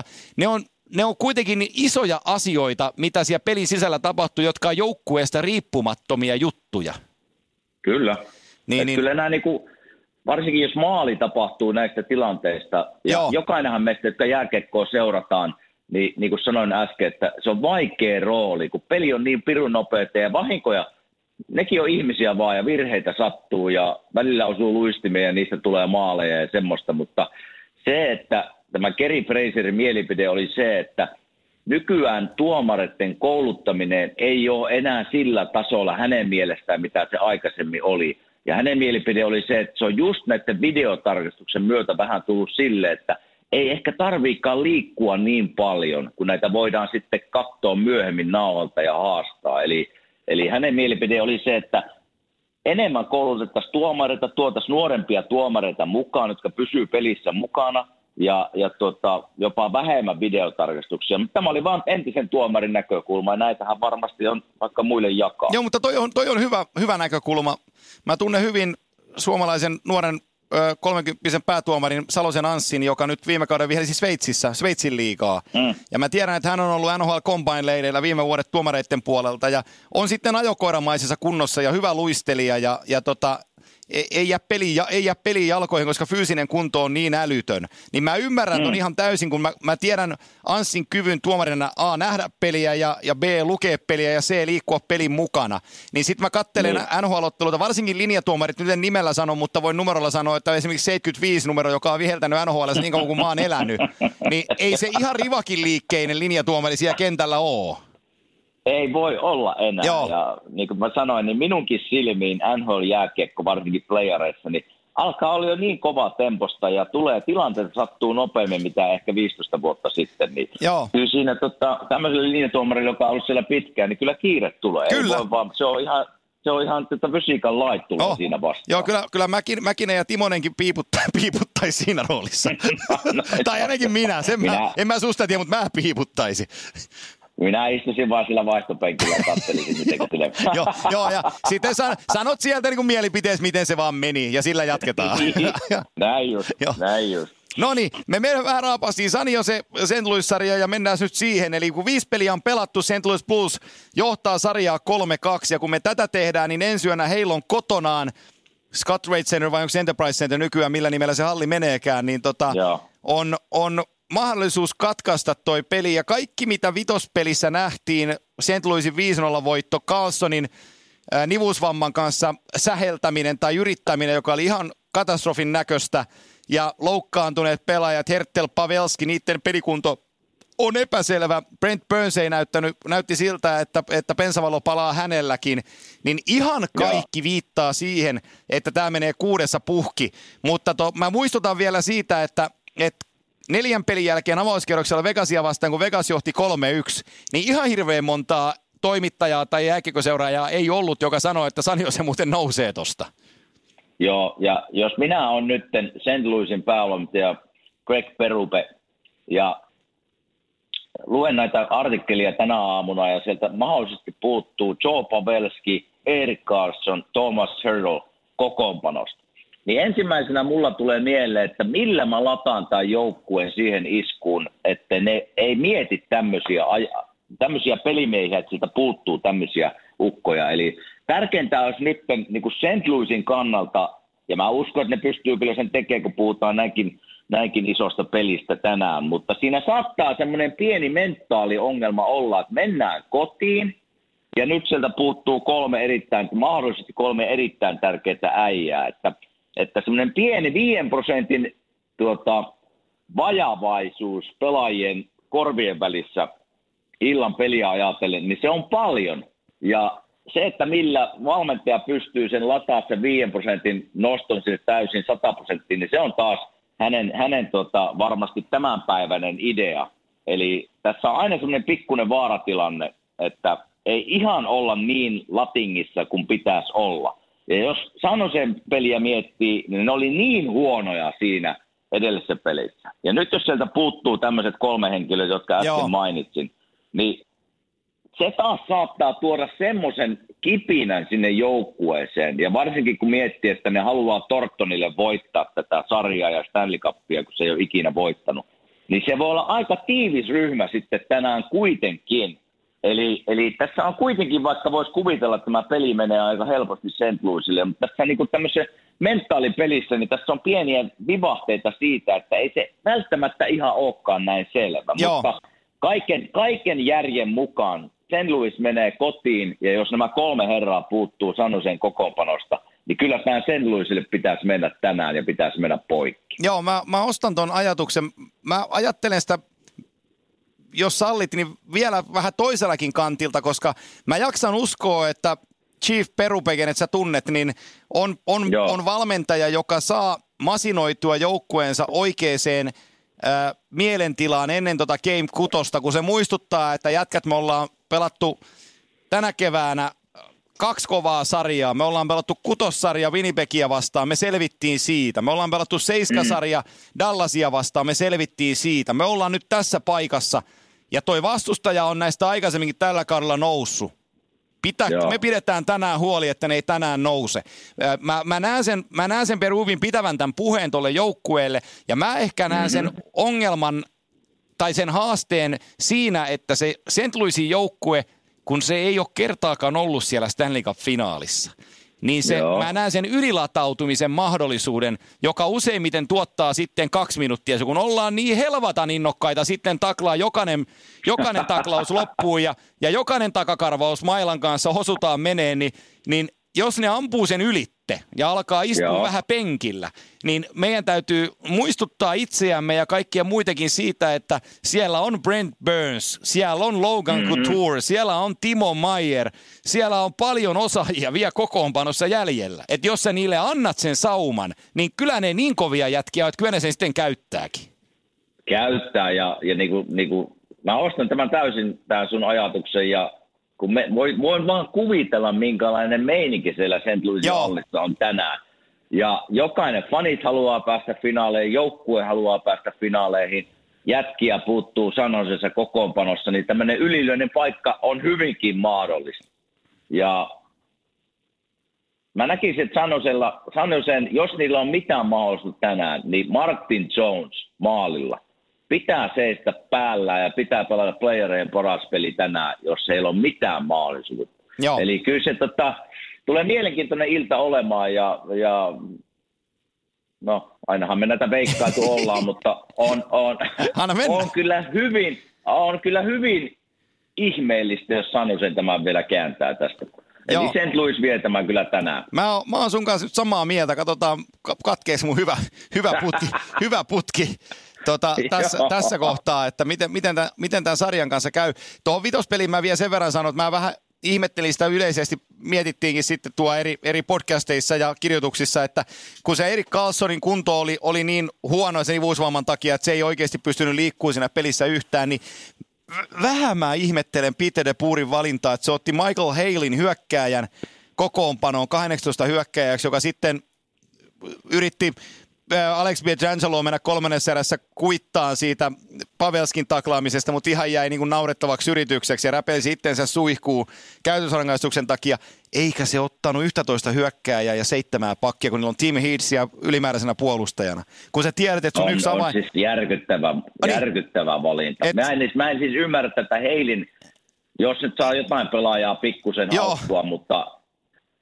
ne on kuitenkin isoja asioita, mitä siellä pelin sisällä tapahtuu, jotka on joukkueesta riippumattomia juttuja. Kyllä. Kyllä nämä niinku, varsinkin jos maali tapahtuu näistä tilanteista, ja jokainenhan meistä, jotka jääkiekkoa seurataan, niin kuin sanoin äsken, että se on vaikea rooli, kun peli on niin pirun nopeita ja vahinkoja, nekin on ihmisiä vaan ja virheitä sattuu ja välillä osuu luistimia ja niistä tulee maaleja ja semmoista, mutta se, että tämä Gary Fraserin mielipide oli se, että nykyään tuomareiden kouluttaminen ei ole enää sillä tasolla hänen mielestään, mitä se aikaisemmin oli. Ja hänen mielipide oli se, että se on just näiden videotarkastuksen myötä vähän tullut sille, että ei ehkä tarviikaan liikkua niin paljon, kun näitä voidaan sitten katsoa myöhemmin nauhalta ja haastaa. Eli hänen mielipide oli se, että enemmän koulutettaisiin tuomareita, tuotaisiin nuorempia tuomareita mukaan, jotka pysyy pelissä mukana. Ja jopa vähemmän videotarkastuksia. Mutta tämä oli vain entisen tuomarin näkökulma, ja näitähän varmasti on vaikka muille jakaa. Joo, mutta toi on hyvä näkökulma. Mä tunnen hyvin suomalaisen nuoren 30-vuotiaan päätuomarin Salosen Anssin, joka nyt viime kauden vihelsi Sveitsin liigaa. Ja mä tiedän, että hän on ollut NHL Combine-leireillä viime vuodet tuomareiden puolelta, ja on sitten ajokoiramaisessa kunnossa ja hyvä luistelija, ja ei jää peliin jalkoihin, koska fyysinen kunto on niin älytön. Niin mä ymmärrän ton ihan täysin, kun mä tiedän Anssin kyvyn tuomarina A, nähdä peliä ja B, lukea peliä ja C, liikkua pelin mukana. Niin sit mä kattelen NHL-otteluita, varsinkin linjatuomarit, nyt en nimellä sano, mutta voin numerolla sanoa, että esimerkiksi 75 numero, joka on viheltänyt NHL:ssä niin kauan kuin mä oon elänyt, niin ei se ihan rivakin liikkeinen linjatuomari siellä kentällä oo. Ei voi olla enää. Joo. Ja niin kuin mä sanoin, niin minunkin silmiin NHL-jääkiekko, varsinkin playareissa, niin alkaa olla jo niin kova temposta ja tulee tilanteet, sattuu nopeammin, mitä ehkä 15 vuotta sitten. Niin kyllä siinä tämmöiselle linjatuomarille, joka on ollut siellä pitkään, niin kyllä kiire tulee. Kyllä. Ei voi vaan, se on ihan fysiikan lait tulee siinä vastaan. Joo, kyllä Mäkinen ja Timonenkin piiputtaisi siinä roolissa. Tai ainakin minä. En mä susta tiedä, mutta mä piiputtaisin. Minä istuisin vaan sillä vaihtopenkillä ja katselisin, miten se tulee. Joo, ja sitten sanot sieltä niin mielipiteessä, miten se vaan meni, ja sillä jatketaan. Näin just. No niin, me mennään vähän raapastiin. Sani on se St. Louis-sarja, ja mennään nyt siihen. Eli kun 5 peliä on pelattu, St. Louis Blues johtaa sarjaa 3-2, ja kun me tätä tehdään, niin ensi yönä heillä on kotonaan Scottrade Center, vai onko se Enterprise Center nykyään, millä nimellä se halli meneekään, niin on mahdollisuus katkaista toi peli, ja kaikki mitä vitospelissä nähtiin, St. Louisin 5-0 voitto, Carlsonin nivusvamman kanssa säheltäminen tai yrittäminen, joka oli ihan katastrofin näköistä, ja loukkaantuneet pelaajat, Hertel, Pavelski, niiden pelikunto on epäselvä. Brent Burns ei näytti siltä, että pensavalo palaa hänelläkin, niin ihan kaikki viittaa siihen, että tämä menee 6 puhki, mutta mä muistutan vielä siitä, että 4 pelin jälkeen avauskierroksella Vegasia vastaan, kun Vegas johti 3-1, niin ihan hirveän montaa toimittajaa tai jääkiekkoseuraajaa ei ollut, joka sanoi, että Sanjo se muuten nousee tosta. Joo, ja jos minä olen nyt St. Louisin päävalmentaja Greg Berube ja luen näitä artikkelia tänä aamuna ja sieltä mahdollisesti puuttuu Joe Pavelski, Erik Karlsson, Thomas Hertl kokoonpanosta. Niin ensimmäisenä mulla tulee mieleen, että millä mä lataan tämän joukkueen siihen iskuun, että ne ei mieti tämmöisiä pelimiehiä, että siitä puuttuu tämmöisiä ukkoja. Eli tärkeintä olisi nyt niin kuin St. Louisin kannalta, ja mä uskon, että ne pystyy kyllä sen tekemään, kun puhutaan näinkin isosta pelistä tänään, mutta siinä saattaa semmoinen pieni mentaaliongelma olla, että mennään kotiin, ja nyt sieltä puuttuu mahdollisesti kolme erittäin tärkeää äijää, että semmoinen pieni 5% vajavaisuus pelaajien korvien välissä illan peliä ajatellen, niin se on paljon. Ja se, että millä valmentaja pystyy sen lataa sen 5% noston sille täysin 100%, niin se on taas hänen varmasti tämänpäiväinen idea. Eli tässä on aina semmoinen pikkuinen vaaratilanne, että ei ihan olla niin latingissa kuin pitäisi olla. Ja jos San Josen peliä miettii, niin ne oli niin huonoja siinä edellisessä pelissä. Ja nyt jos sieltä puuttuu tämmöiset 3 henkilöä, jotka äsken mainitsin, niin se taas saattaa tuoda semmoisen kipinän sinne joukkueeseen. Ja varsinkin kun miettii, että ne haluaa Thorntonille voittaa tätä sarjaa ja Stanley Cupia, kun se ei ole ikinä voittanut, niin se voi olla aika tiivis ryhmä sitten tänään kuitenkin. Eli tässä on kuitenkin, vaikka voisi kuvitella, että tämä peli menee aika helposti St. Louisille, mutta tässä niin kuin tämmöisessä mentaalipelissä, niin tässä on pieniä vivahteita siitä, että ei se välttämättä ihan olekaan näin selvä. Joo. Mutta kaiken järjen mukaan St. Louis menee kotiin, ja jos nämä 3 herraa puuttuu San Josen kokoonpanosta, niin kyllä tämä St. Louisille pitäisi mennä tänään ja pitäisi mennä poikki. Joo, mä ostan ton ajatuksen. Mä ajattelen sitä, jos sallit, niin vielä vähän toisellakin kantilta, koska mä jaksan uskoa, että Chief Perupeken, että sä tunnet, niin on valmentaja, joka saa masinoitua joukkueensa oikeaan mielentilaan ennen Game 6, kun se muistuttaa, että jätkät, me ollaan pelattu tänä keväänä 2 kovaa sarjaa. Me ollaan pelattu 6-sarja Winnipegia vastaan, me selvittiin siitä. Me ollaan pelattu 7-sarja Dallasia vastaan, me selvittiin siitä. Me ollaan nyt tässä paikassa, ja toi vastustaja on näistä aikaisemminkin tällä kaudella noussut. Me pidetään tänään huoli, että ne ei tänään nouse. Mä näen sen Berubin pitävän tämän puheen tolle joukkueelle, ja mä ehkä näen sen ongelman tai sen haasteen siinä, että se St. Louisin joukkue, kun se ei ole kertaakaan ollut siellä Stanley Cup-finaalissa, niin mä näen sen ylilatautumisen mahdollisuuden, joka useimmiten tuottaa sitten 2 minuuttia. Kun ollaan niin helvatan innokkaita, sitten taklaa jokainen taklaus loppuu ja jokainen takakarvaus mailan kanssa hosutaan menee, niin jos ne ampuu sen ylitte ja alkaa istua vähän penkillä, niin meidän täytyy muistuttaa itseämme ja kaikkia muitakin siitä, että siellä on Brent Burns, siellä on Logan Couture, siellä on Timo Meier, siellä on paljon osaajia vielä kokoonpanossa jäljellä. Että jos sä niille annat sen sauman, niin kyllä ne niin kovia jätkiä, että kyllä ne sen sitten käyttääkin. Käyttää ja niinku, mä ostan tämän täysin, tämän sun ajatuksen ja kun voin vaan kuvitella, minkälainen meininki siellä St. Louisin hallissa on tänään. Ja jokainen fanit haluaa päästä finaaleihin, joukkue haluaa päästä finaaleihin, jätkiä puuttuu San Josessa kokoonpanossa, niin tämmöinen ylilyönnin paikka on hyvinkin mahdollista. Ja mä näkisin, että San Josen, jos niillä on mitään mahdollisuutta tänään, niin Martin Jones maalilla pitää seistä päällä ja pitää pelata playerien paras peli tänään, jos heillä on mitään mahdollisuutta. Joo. Eli kyllä se tulee mielenkiintoinen ilta olemaan ja no ainahan me näitä veikkailtu ollaan, mutta on kyllä hyvin ihmeellistä, jos San Jose tämän vielä kääntää tästä. Joo. Eli St. Louis vie tämän kyllä tänään. Mä oon sun kanssa samaa mieltä. Katsotaan, katkeeks mun hyvä putki tässä kohtaa, että miten tämän sarjan kanssa käy. Tuohon vitospeliin mä vielä sen verran sanon, että mä vähän ihmettelin sitä yleisesti, mietittiinkin sitten tuo eri podcasteissa ja kirjoituksissa, että kun se Erik Karlssonin kunto oli niin huono sen ivuusvamman takia, että se ei oikeasti pystynyt liikkumaan siinä pelissä yhtään, niin vähän mä ihmettelen Peter DeBoorin valintaa, että se otti Michael Halin hyökkääjän kokoonpanoon 18 hyökkääjäksi, joka sitten yritti Alex Pietrangelo mennä 3. erässä kuittaan siitä Pavelskin taklaamisesta, mutta ihan jäi niin kuin naurettavaksi yritykseksi ja räpelsi itsensä suihkuun käytösrangaistuksen takia. Eikä se ottanut 11 hyökkääjää ja 7 pakkia, kun niillä on Tim Heatsia ylimääräisenä puolustajana. Kun sä tiedät, että sun yksi avain... On siis järkyttävä valinta. Mä en siis ymmärrä tätä Halin, jos nyt saa jotain pelaajaa pikkusen hauktua, mutta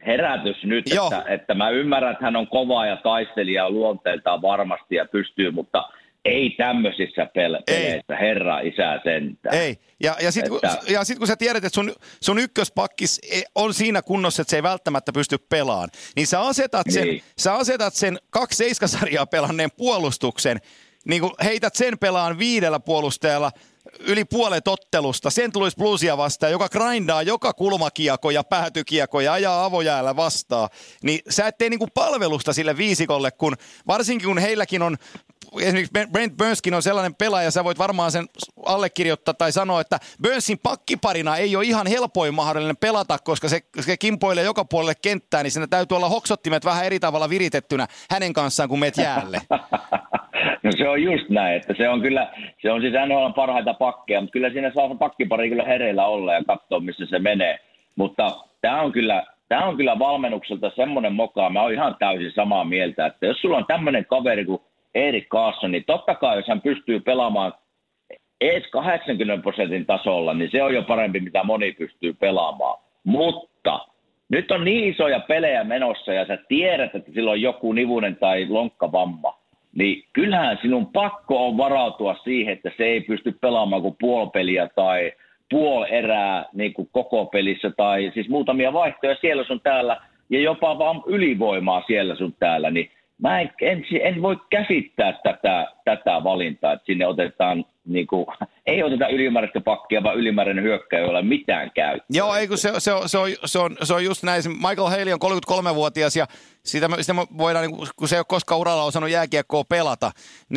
herätys nyt, että mä ymmärrän, että hän on kova ja taistelija luonteeltaan varmasti ja pystyy, mutta ei tämmöisissä peleissä, herra isä sentään. Ei, ja sitten kun sä tiedät, että sun ykköspakkis on siinä kunnossa, että se ei välttämättä pysty pelaamaan, niin sä asetat sen 2 seiskasarjaa pelanneen puolustuksen, niin kun heität sen pelaan 5 puolustajalla yli puolet ottelusta, St. Louis Bluesia vastaan, joka grindaa joka kulmakiekko ja päätykiekko ja ajaa avojäällä vastaan, niin sä et tee niinku palvelusta sille viisikolle, varsinkin kun heilläkin on, esimerkiksi Brent Burnskin on sellainen pelaaja, sä voit varmaan sen allekirjoittaa tai sanoa, että Burnsin pakkiparina ei ole ihan helpoin mahdollinen pelata, koska se kimpoilee joka puolelle kenttää, niin siinä täytyy olla hoksottimet vähän eri tavalla viritettynä hänen kanssaan, kun meet jäälle. No se on just näin, että se on siis NHL parhaita pakkeja, mutta kyllä siinä saa pakkipari kyllä hereillä olla ja katsoa, missä se menee. Mutta tämä on kyllä valmennukselta semmoinen moka, mä oon ihan täysin samaa mieltä, että jos sulla on tämmöinen kaveri kuin Erik Karlsson, niin totta kai jos hän pystyy pelaamaan edes 80% tasolla, niin se on jo parempi, mitä moni pystyy pelaamaan. Mutta nyt on niin isoja pelejä menossa ja sä tiedät, että sillä on joku nivunen tai lonkkavamma. Niin kyllähän sinun pakko on varautua siihen, että se ei pysty pelaamaan kuin puolipeliä tai puolerää niin kuin koko pelissä tai siis muutamia vaihtoja siellä sun täällä ja jopa vaan ylivoimaa siellä sun täällä. Niin mä en voi käsittää tätä valintaa, että sinne otetaan, niin kuin, ei oteta ylimääräistä pakkia, vaan ylimääräinen hyökkäjä, jolla ei ole mitään käyttöä. Joo, ei kun se on just näin. Michael Haley on 33-vuotias ja sitä voidaan, kun se ei ole koskaan uralla osannut jääkiekkoa pelata,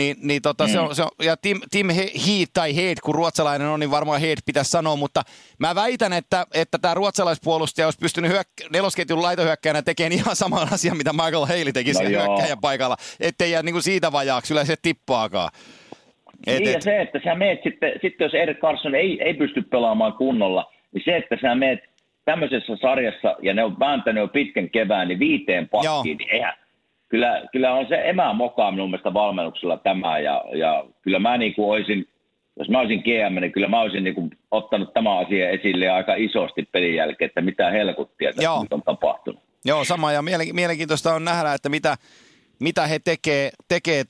se on, ja Tim Heath tai Heath, kun ruotsalainen on, niin varmaan Heath pitäisi sanoa, mutta mä väitän, että tämä ruotsalaispuolustaja olisi pystynyt nelosketjun laitohyökkäjänä tekemään ihan saman asian, mitä Michael Haley teki siellä hyökkäjän paikalla, ettei jää niin siitä vajaaksi yleensä tippaakaan. Ja se, että sä meet sitten jos Erik Karlsson ei pysty pelaamaan kunnolla, niin se, että sä meet tämmöisessä sarjassa, ja ne on vääntänyt jo pitkän kevään, niin 5 pakkiin, niin eihän. Kyllä on se emämokaa minun mielestä valmennuksella tämä, ja kyllä mä niin kuin olisin, jos mä olisin GM, niin kyllä mä olisin niin kuin ottanut tämä asia esille aika isosti pelin jälkeen, että mitä helkuttia tässä nyt on tapahtunut. Joo, sama, ja mielenkiintoista on nähdä, että mitä he tekee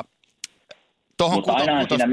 mutta aina siinä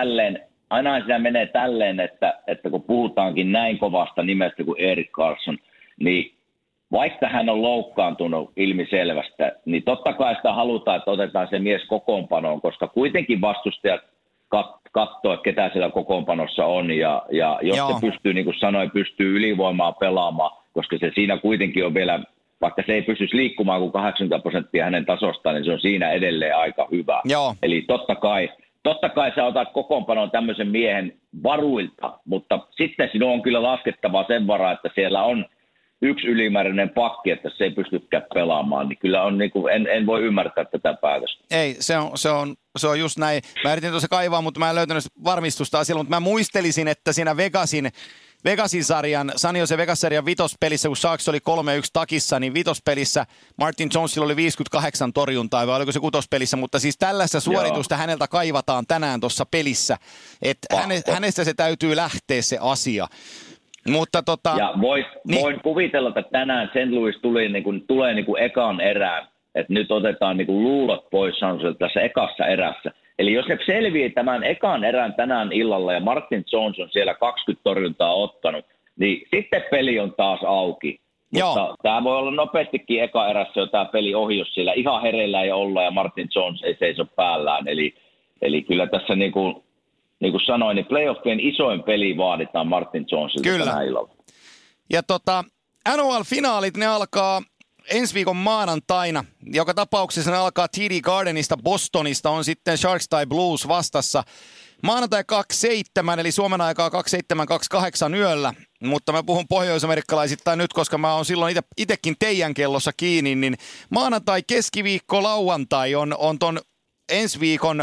menee tälleen, että kun puhutaankin näin kovasta nimestä kuin Erik Karlsson, niin vaikka hän on loukkaantunut ilmiselvästä, niin totta kai sitä halutaan, että otetaan se mies kokoonpanoon, koska kuitenkin vastustajat katsoo, ketä siellä kokoonpanossa on, ja jos se pystyy, niin kuin sanoin, pystyy ylivoimaa pelaamaan, koska se siinä kuitenkin on vielä, vaikka se ei pystyisi liikkumaan kuin 80% hänen tasostaan, niin se on siinä edelleen aika hyvä. Joo. Eli totta kai sä otat kokoonpanoon tämmöisen miehen varuilta, mutta sitten sinun on kyllä laskettava sen varaa, että siellä on yksi ylimääräinen pakki, että se ei pystykään pelaamaan. Niin kyllä on, niin kuin, en voi ymmärtää tätä päätöstä. Ei, se on just näin. Mä yritin tuossa kaivaa, mutta mä en löytänyt varmistusta asialla, mutta mä muistelisin, että siinä Vegasin sarjan, San Jose Vegas-sarjan vitospelissä, kun Sharks oli 3-1 takissa, niin vitospelissä Martin Jonesilla oli 58 torjuntaa, vai oliko se kutospelissä, mutta siis tällaista suoritusta häneltä kaivataan tänään tuossa pelissä, että hänestä se täytyy lähteä se asia. Mutta ja voin kuvitella, että tänään St. Louis tulee niin kuin ekan erään, että nyt otetaan niin kuin luulot pois tässä ekassa erässä. Eli jos ne selviää tämän ekan erän tänään illalla ja Martin Jones on siellä 20 torjuntaa ottanut, niin sitten peli on taas auki. Mutta tämä voi olla nopeastikin eka erässä jo tämä peli ohi, jos siellä ihan hereillä ei olla ja Martin Jones ei seiso päällään. Eli kyllä tässä niin kuin sanoin, niin playoffien isoin peli vaaditaan Martin Jonesilta tänä illalla. Ja NHL-finaalit, ne alkaa ensi viikon maanantaina. Joka tapauksessa ne alkaa TD Gardenista, Bostonista, on sitten Sharks tai Blues vastassa. Maanantai 2.7, eli Suomen aikaa 2.7-2.8 yöllä. Mutta mä puhun pohjois-amerikkalaisittain nyt, koska mä oon silloin itsekin teidän kellossa kiinni. Niin maanantai, keskiviikko, lauantai on ton ensi viikon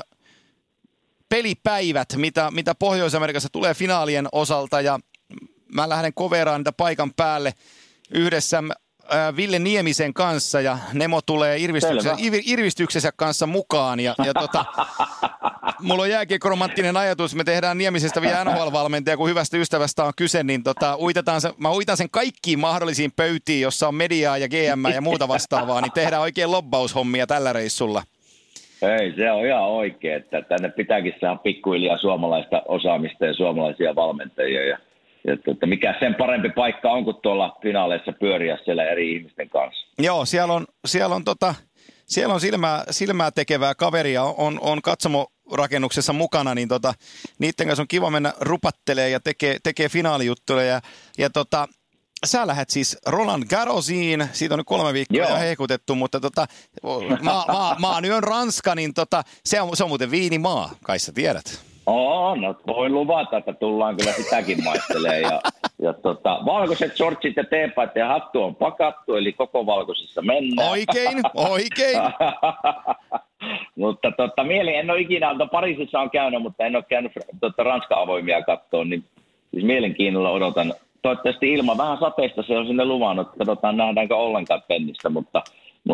pelipäivät, mitä Pohjois-Amerikassa tulee finaalien osalta. Ja mä lähden koveraan niitä paikan päälle yhdessä Ville Niemisen kanssa, ja Nemo tulee irvistyksensä kanssa mukaan, ja mulla on jääkiekko-romanttinen ajatus, me tehdään Niemisestä vielä NHL-valmentaja, kun hyvästä ystävästä on kyse, niin mä uitan sen kaikkiin mahdollisiin pöytiin, jossa on mediaa ja GM ja muuta vastaavaa, niin tehdään oikein lobbaushommia tällä reissulla. Ei, se on ihan oikein, että tänne pitääkin saada pikkuhiljaa suomalaista osaamista ja suomalaisia valmentajia. Ja mikä sen parempi paikka on kuin tuolla finaaleissa pyöriä siellä eri ihmisten kanssa. Joo, siellä on silmää tekevää kaveria, on katsomorakennuksessa mukana, niin niiden kanssa on kiva mennä rupattelee ja tekee finaalijuttuja. Ja sä lähdet siis Roland Garrosiin, siitä on nyt 3 viikkoa jo hehkutettu, mutta maanyön Ranska, niin se on muuten viinimaa, kai sä tiedät. No voin luvata, että tullaan kyllä sitäkin maistelemaan. Ja valkoiset shortsit ja teepaat ja hattu on pakattu, eli koko valkoisessa mennään. Oikein. Mutta en ole ikinä, Pariisissa on käynyt, mutta en ole käynyt Ranskan avoimia katsoa, niin siis mielenkiinnolla odotan. Toivottavasti ilman vähän sateista se on sinne luvannut, että katsotaan nähdäänkö ollenkaan tennistä, mutta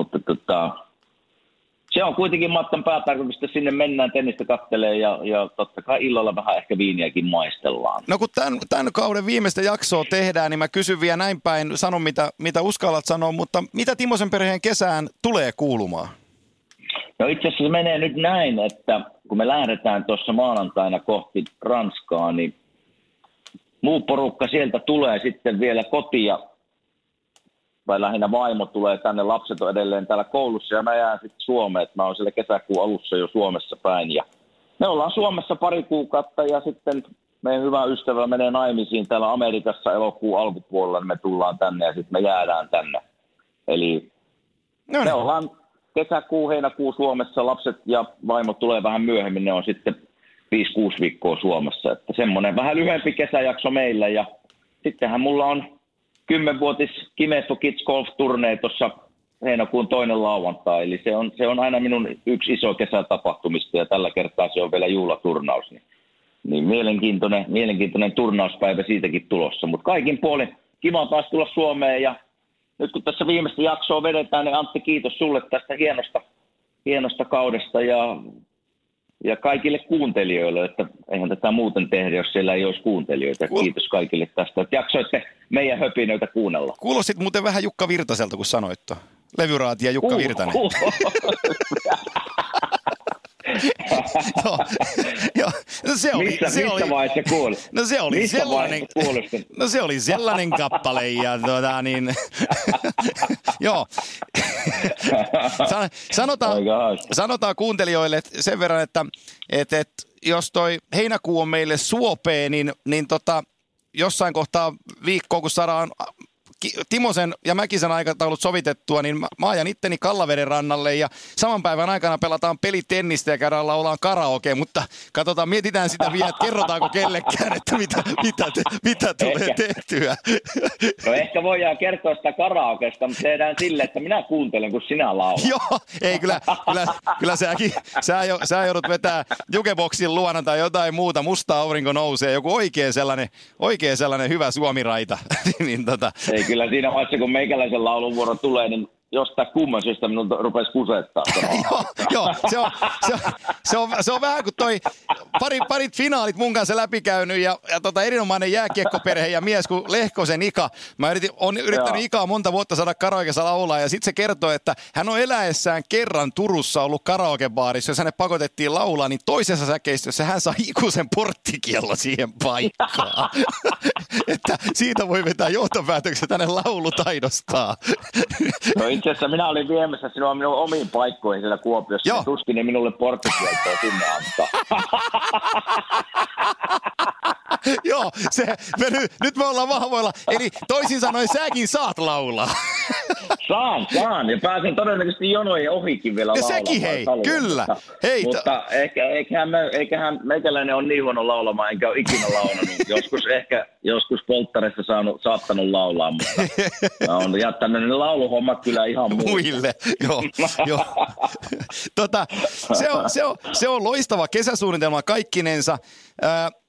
se on kuitenkin matkan päätarkoitus, että sinne mennään tennistä kattelee ja totta kai illalla vähän ehkä viiniäkin maistellaan. No kun tämän kauden viimeistä jaksoa tehdään, niin mä kysyn vielä näin päin, sano mitä uskallat sanoa, mutta mitä Timosen perheen kesään tulee kuulumaan? No itse asiassa se menee nyt näin, että kun me lähdetään tuossa maanantaina kohti Ranskaa, niin muu porukka sieltä tulee sitten vielä kotia, vai lähinnä vaimo tulee tänne, lapset on edelleen täällä koulussa ja mä jään sitten Suomeen, että mä oon siellä kesäkuun alussa jo Suomessa päin. Ja me ollaan Suomessa 2 kuukautta ja sitten meidän hyvä ystävä menee naimisiin täällä Amerikassa elokuun alkupuolella, niin me tullaan tänne ja sitten me jäädään tänne. Eli me ollaan kesäkuu, heinäkuu Suomessa, lapset ja vaimo tulee vähän myöhemmin, ne on sitten 5-6 viikkoa Suomessa. Että semmoinen vähän lyhyempi kesäjakso meillä ja sittenhän mulla on 10-vuotis Kime for Kids Golf-turnee tuossa heinäkuun 2. lauantai. Eli se on aina minun yksi iso kesätapahtumista ja tällä kertaa se on vielä juhlaturnaus. Niin mielenkiintoinen turnauspäivä siitäkin tulossa. Mutta kaikin puolin kiva taas tulla Suomeen ja nyt kun tässä viimeistä jaksoa vedetään, niin Antti kiitos sulle tästä hienosta kaudesta ja kaikille kuuntelijoille, että eihän tätä muuten tehdä, jos siellä ei olisi kuuntelijoita. Kiitos kaikille tästä, että jaksoitte meidän höpinöitä kuunnella. Kuulostit muuten vähän Jukka Virtaselta, kun sanoit tuon. Levyraati ja Jukka Virtanen. Joo, missä vaiheessa kuuli? Se oli sellainen kappale ja joo. Sanotaan kuuntelijoille sen verran, että jos toi heinäkuu on meille suopee, niin jossain kohtaa viikkoa, kun saadaan Timosen ja Mäkisen aikataulut sovitettua, niin mä ajan itteni Kallaveden rannalle ja saman päivän aikana pelataan pelitennistä ja käydään laulaan karaoke, mutta katsotaan, mietitään sitä vielä, että kerrotaanko kellekään, että mitä tulee tehtyä. No ehkä voidaan kertoa sitä karaokesta, mutta tehdään silleen, että minä kuuntelen, kun sinä laulat. Joo, ei kyllä sä joudut vetää jukeboksin luona tai jotain muuta, musta aurinko nousee, joku oikein sellainen hyvä suomiraita. niin Ei, kyllä siinä vaiheessa, kun meikäläisen laulunvuoro tulee, niin jostain kumman syystä minulta rupesi kusettaa. Joo, se on vähän kuin toi parit finaalit mun kanssa läpikäynyt ja erinomainen jääkiekkoperhe ja mies kuin Lehkosen Ika. Mä on yrittänyt Ikaa monta vuotta saada karaokeessa laulaa ja sitten se kertoo, että hän on eläessään kerran Turussa ollut karaokebaarissa, jos hänet pakotettiin laulaa, niin toisessa säkeistössä hän saa ikuisen porttikiello siihen paikkaan. Että siitä voi vetää johtopäätökset hänen laulutaidostaan. No itse asiassa minä olin viemässä sinua minun omiin paikkoihin siellä Kuopiossa. Joo. Tuskin ne minulle porttikieltoa sinne antaa. Joo, nyt me ollaan vahvoilla. Eli toisin sanoen säkin saat laulaa. Saan. Ja pääsen todennäköisesti jonojen ohikin vielä laulamaan. Ja sekin hei, kyllä. Hei, mutta eiköhän meikäläinen ole niin huono laulamaan, enkä ole ikinä laulanut. Joskus polttareissa saattanut laulaa, mutta on jättänyt ne lauluhommat kyllä ihan muille. Joo. Se on loistava kesäsuunnitelma kaikkinensa.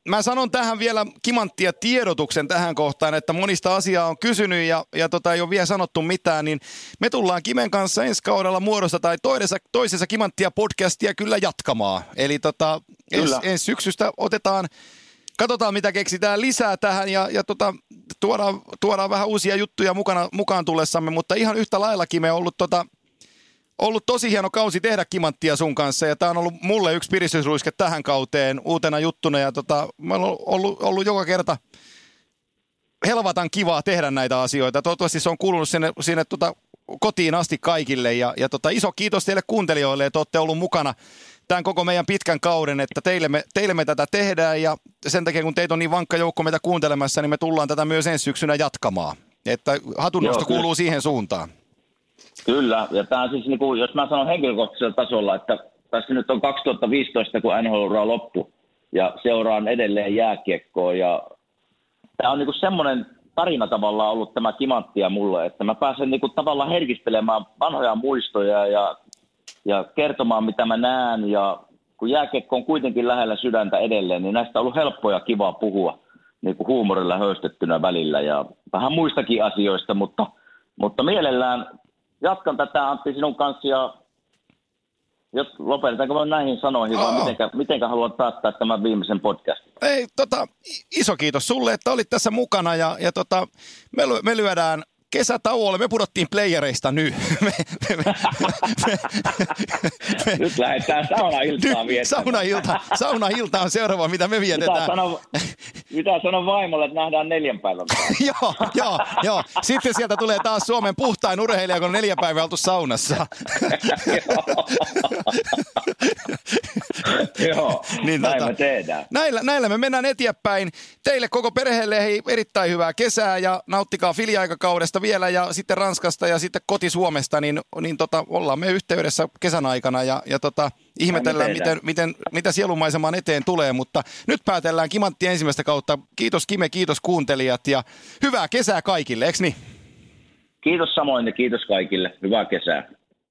mä sanon tähän vielä kimanttia tiedotuksen tähän kohtaan, että monista asiaa on kysynyt ja ei ole vielä sanottu mitään, niin me tullaan Kimen kanssa ensi kaudella muodossa tai toisessa kimanttia podcastia kyllä jatkamaan. Eli ensi syksystä katsotaan mitä keksitään lisää tähän ja tuodaan vähän uusia juttuja mukaan tullessamme, mutta ihan yhtä laillakin me on ollut tosi hieno kausi tehdä kimanttia sun kanssa ja tää on ollut mulle yksi piristysruiske tähän kauteen uutena juttuna ja mä oon ollut joka kerta helvatan kivaa tehdä näitä asioita. Toivottavasti se on kuulunut sinne kotiin asti kaikille ja iso kiitos teille kuuntelijoille, että olette ollut mukana tämän koko meidän pitkän kauden, että teille me tätä tehdään ja sen takia kun teitä on niin vankka joukko meitä kuuntelemassa, niin me tullaan tätä myös ensi syksynä jatkamaan. Että hatunnosto kuuluu siihen suuntaan. Kyllä, ja tämä on siis, niin kuin, jos mä sanon henkilökohtaisella tasolla, että tässä nyt on 2015, kun NHL-ura loppu, ja seuraan edelleen jääkiekkoa, ja tämä on niin kuin semmoinen tarina tavallaan ollut tämä kimanttia mulle, että mä pääsen niin kuin tavallaan herkistelemään vanhoja muistoja ja kertomaan, mitä mä näen, ja kun jääkiekko on kuitenkin lähellä sydäntä edelleen, niin näistä on ollut helppoa ja kivaa puhua niin kuin huumorilla höystettynä välillä, ja vähän muistakin asioista, mutta mielellään jatkan tätä, Antti, sinun kanssa ja lopetetaanko näihin sanoihin vai mitenkä haluat päättää tämän viimeisen podcastin? Ei, iso kiitos sulle, että olit tässä mukana ja me lyödään kesätauolle. Me pudottiin playereista nyt. Nyt lähdetään saunailtaan viettämään. Saunailta on seuraava, mitä me vietetään. Mitä sanon vaimolle, että nähdään 4 päivän päästä? Joo. Sitten sieltä tulee taas Suomen puhtain urheilija, kun on 4 päivää oltu saunassa. Joo, niin, näin me tehdään. Näillä me mennään eteenpäin. Teille koko perheelle erittäin hyvää kesää ja nauttikaa filiaikakaudesta vielä ja sitten Ranskasta ja sitten koti-Suomesta, niin ollaan me yhteydessä kesän aikana ja ihmetellään, mitä sielunmaisemaan eteen tulee, mutta nyt päätellään kimanttia ensimmäistä kautta. Kiitos Kime, kiitos kuuntelijat ja hyvää kesää kaikille, eikö niin? Kiitos samoin ja kiitos kaikille. Hyvää kesää.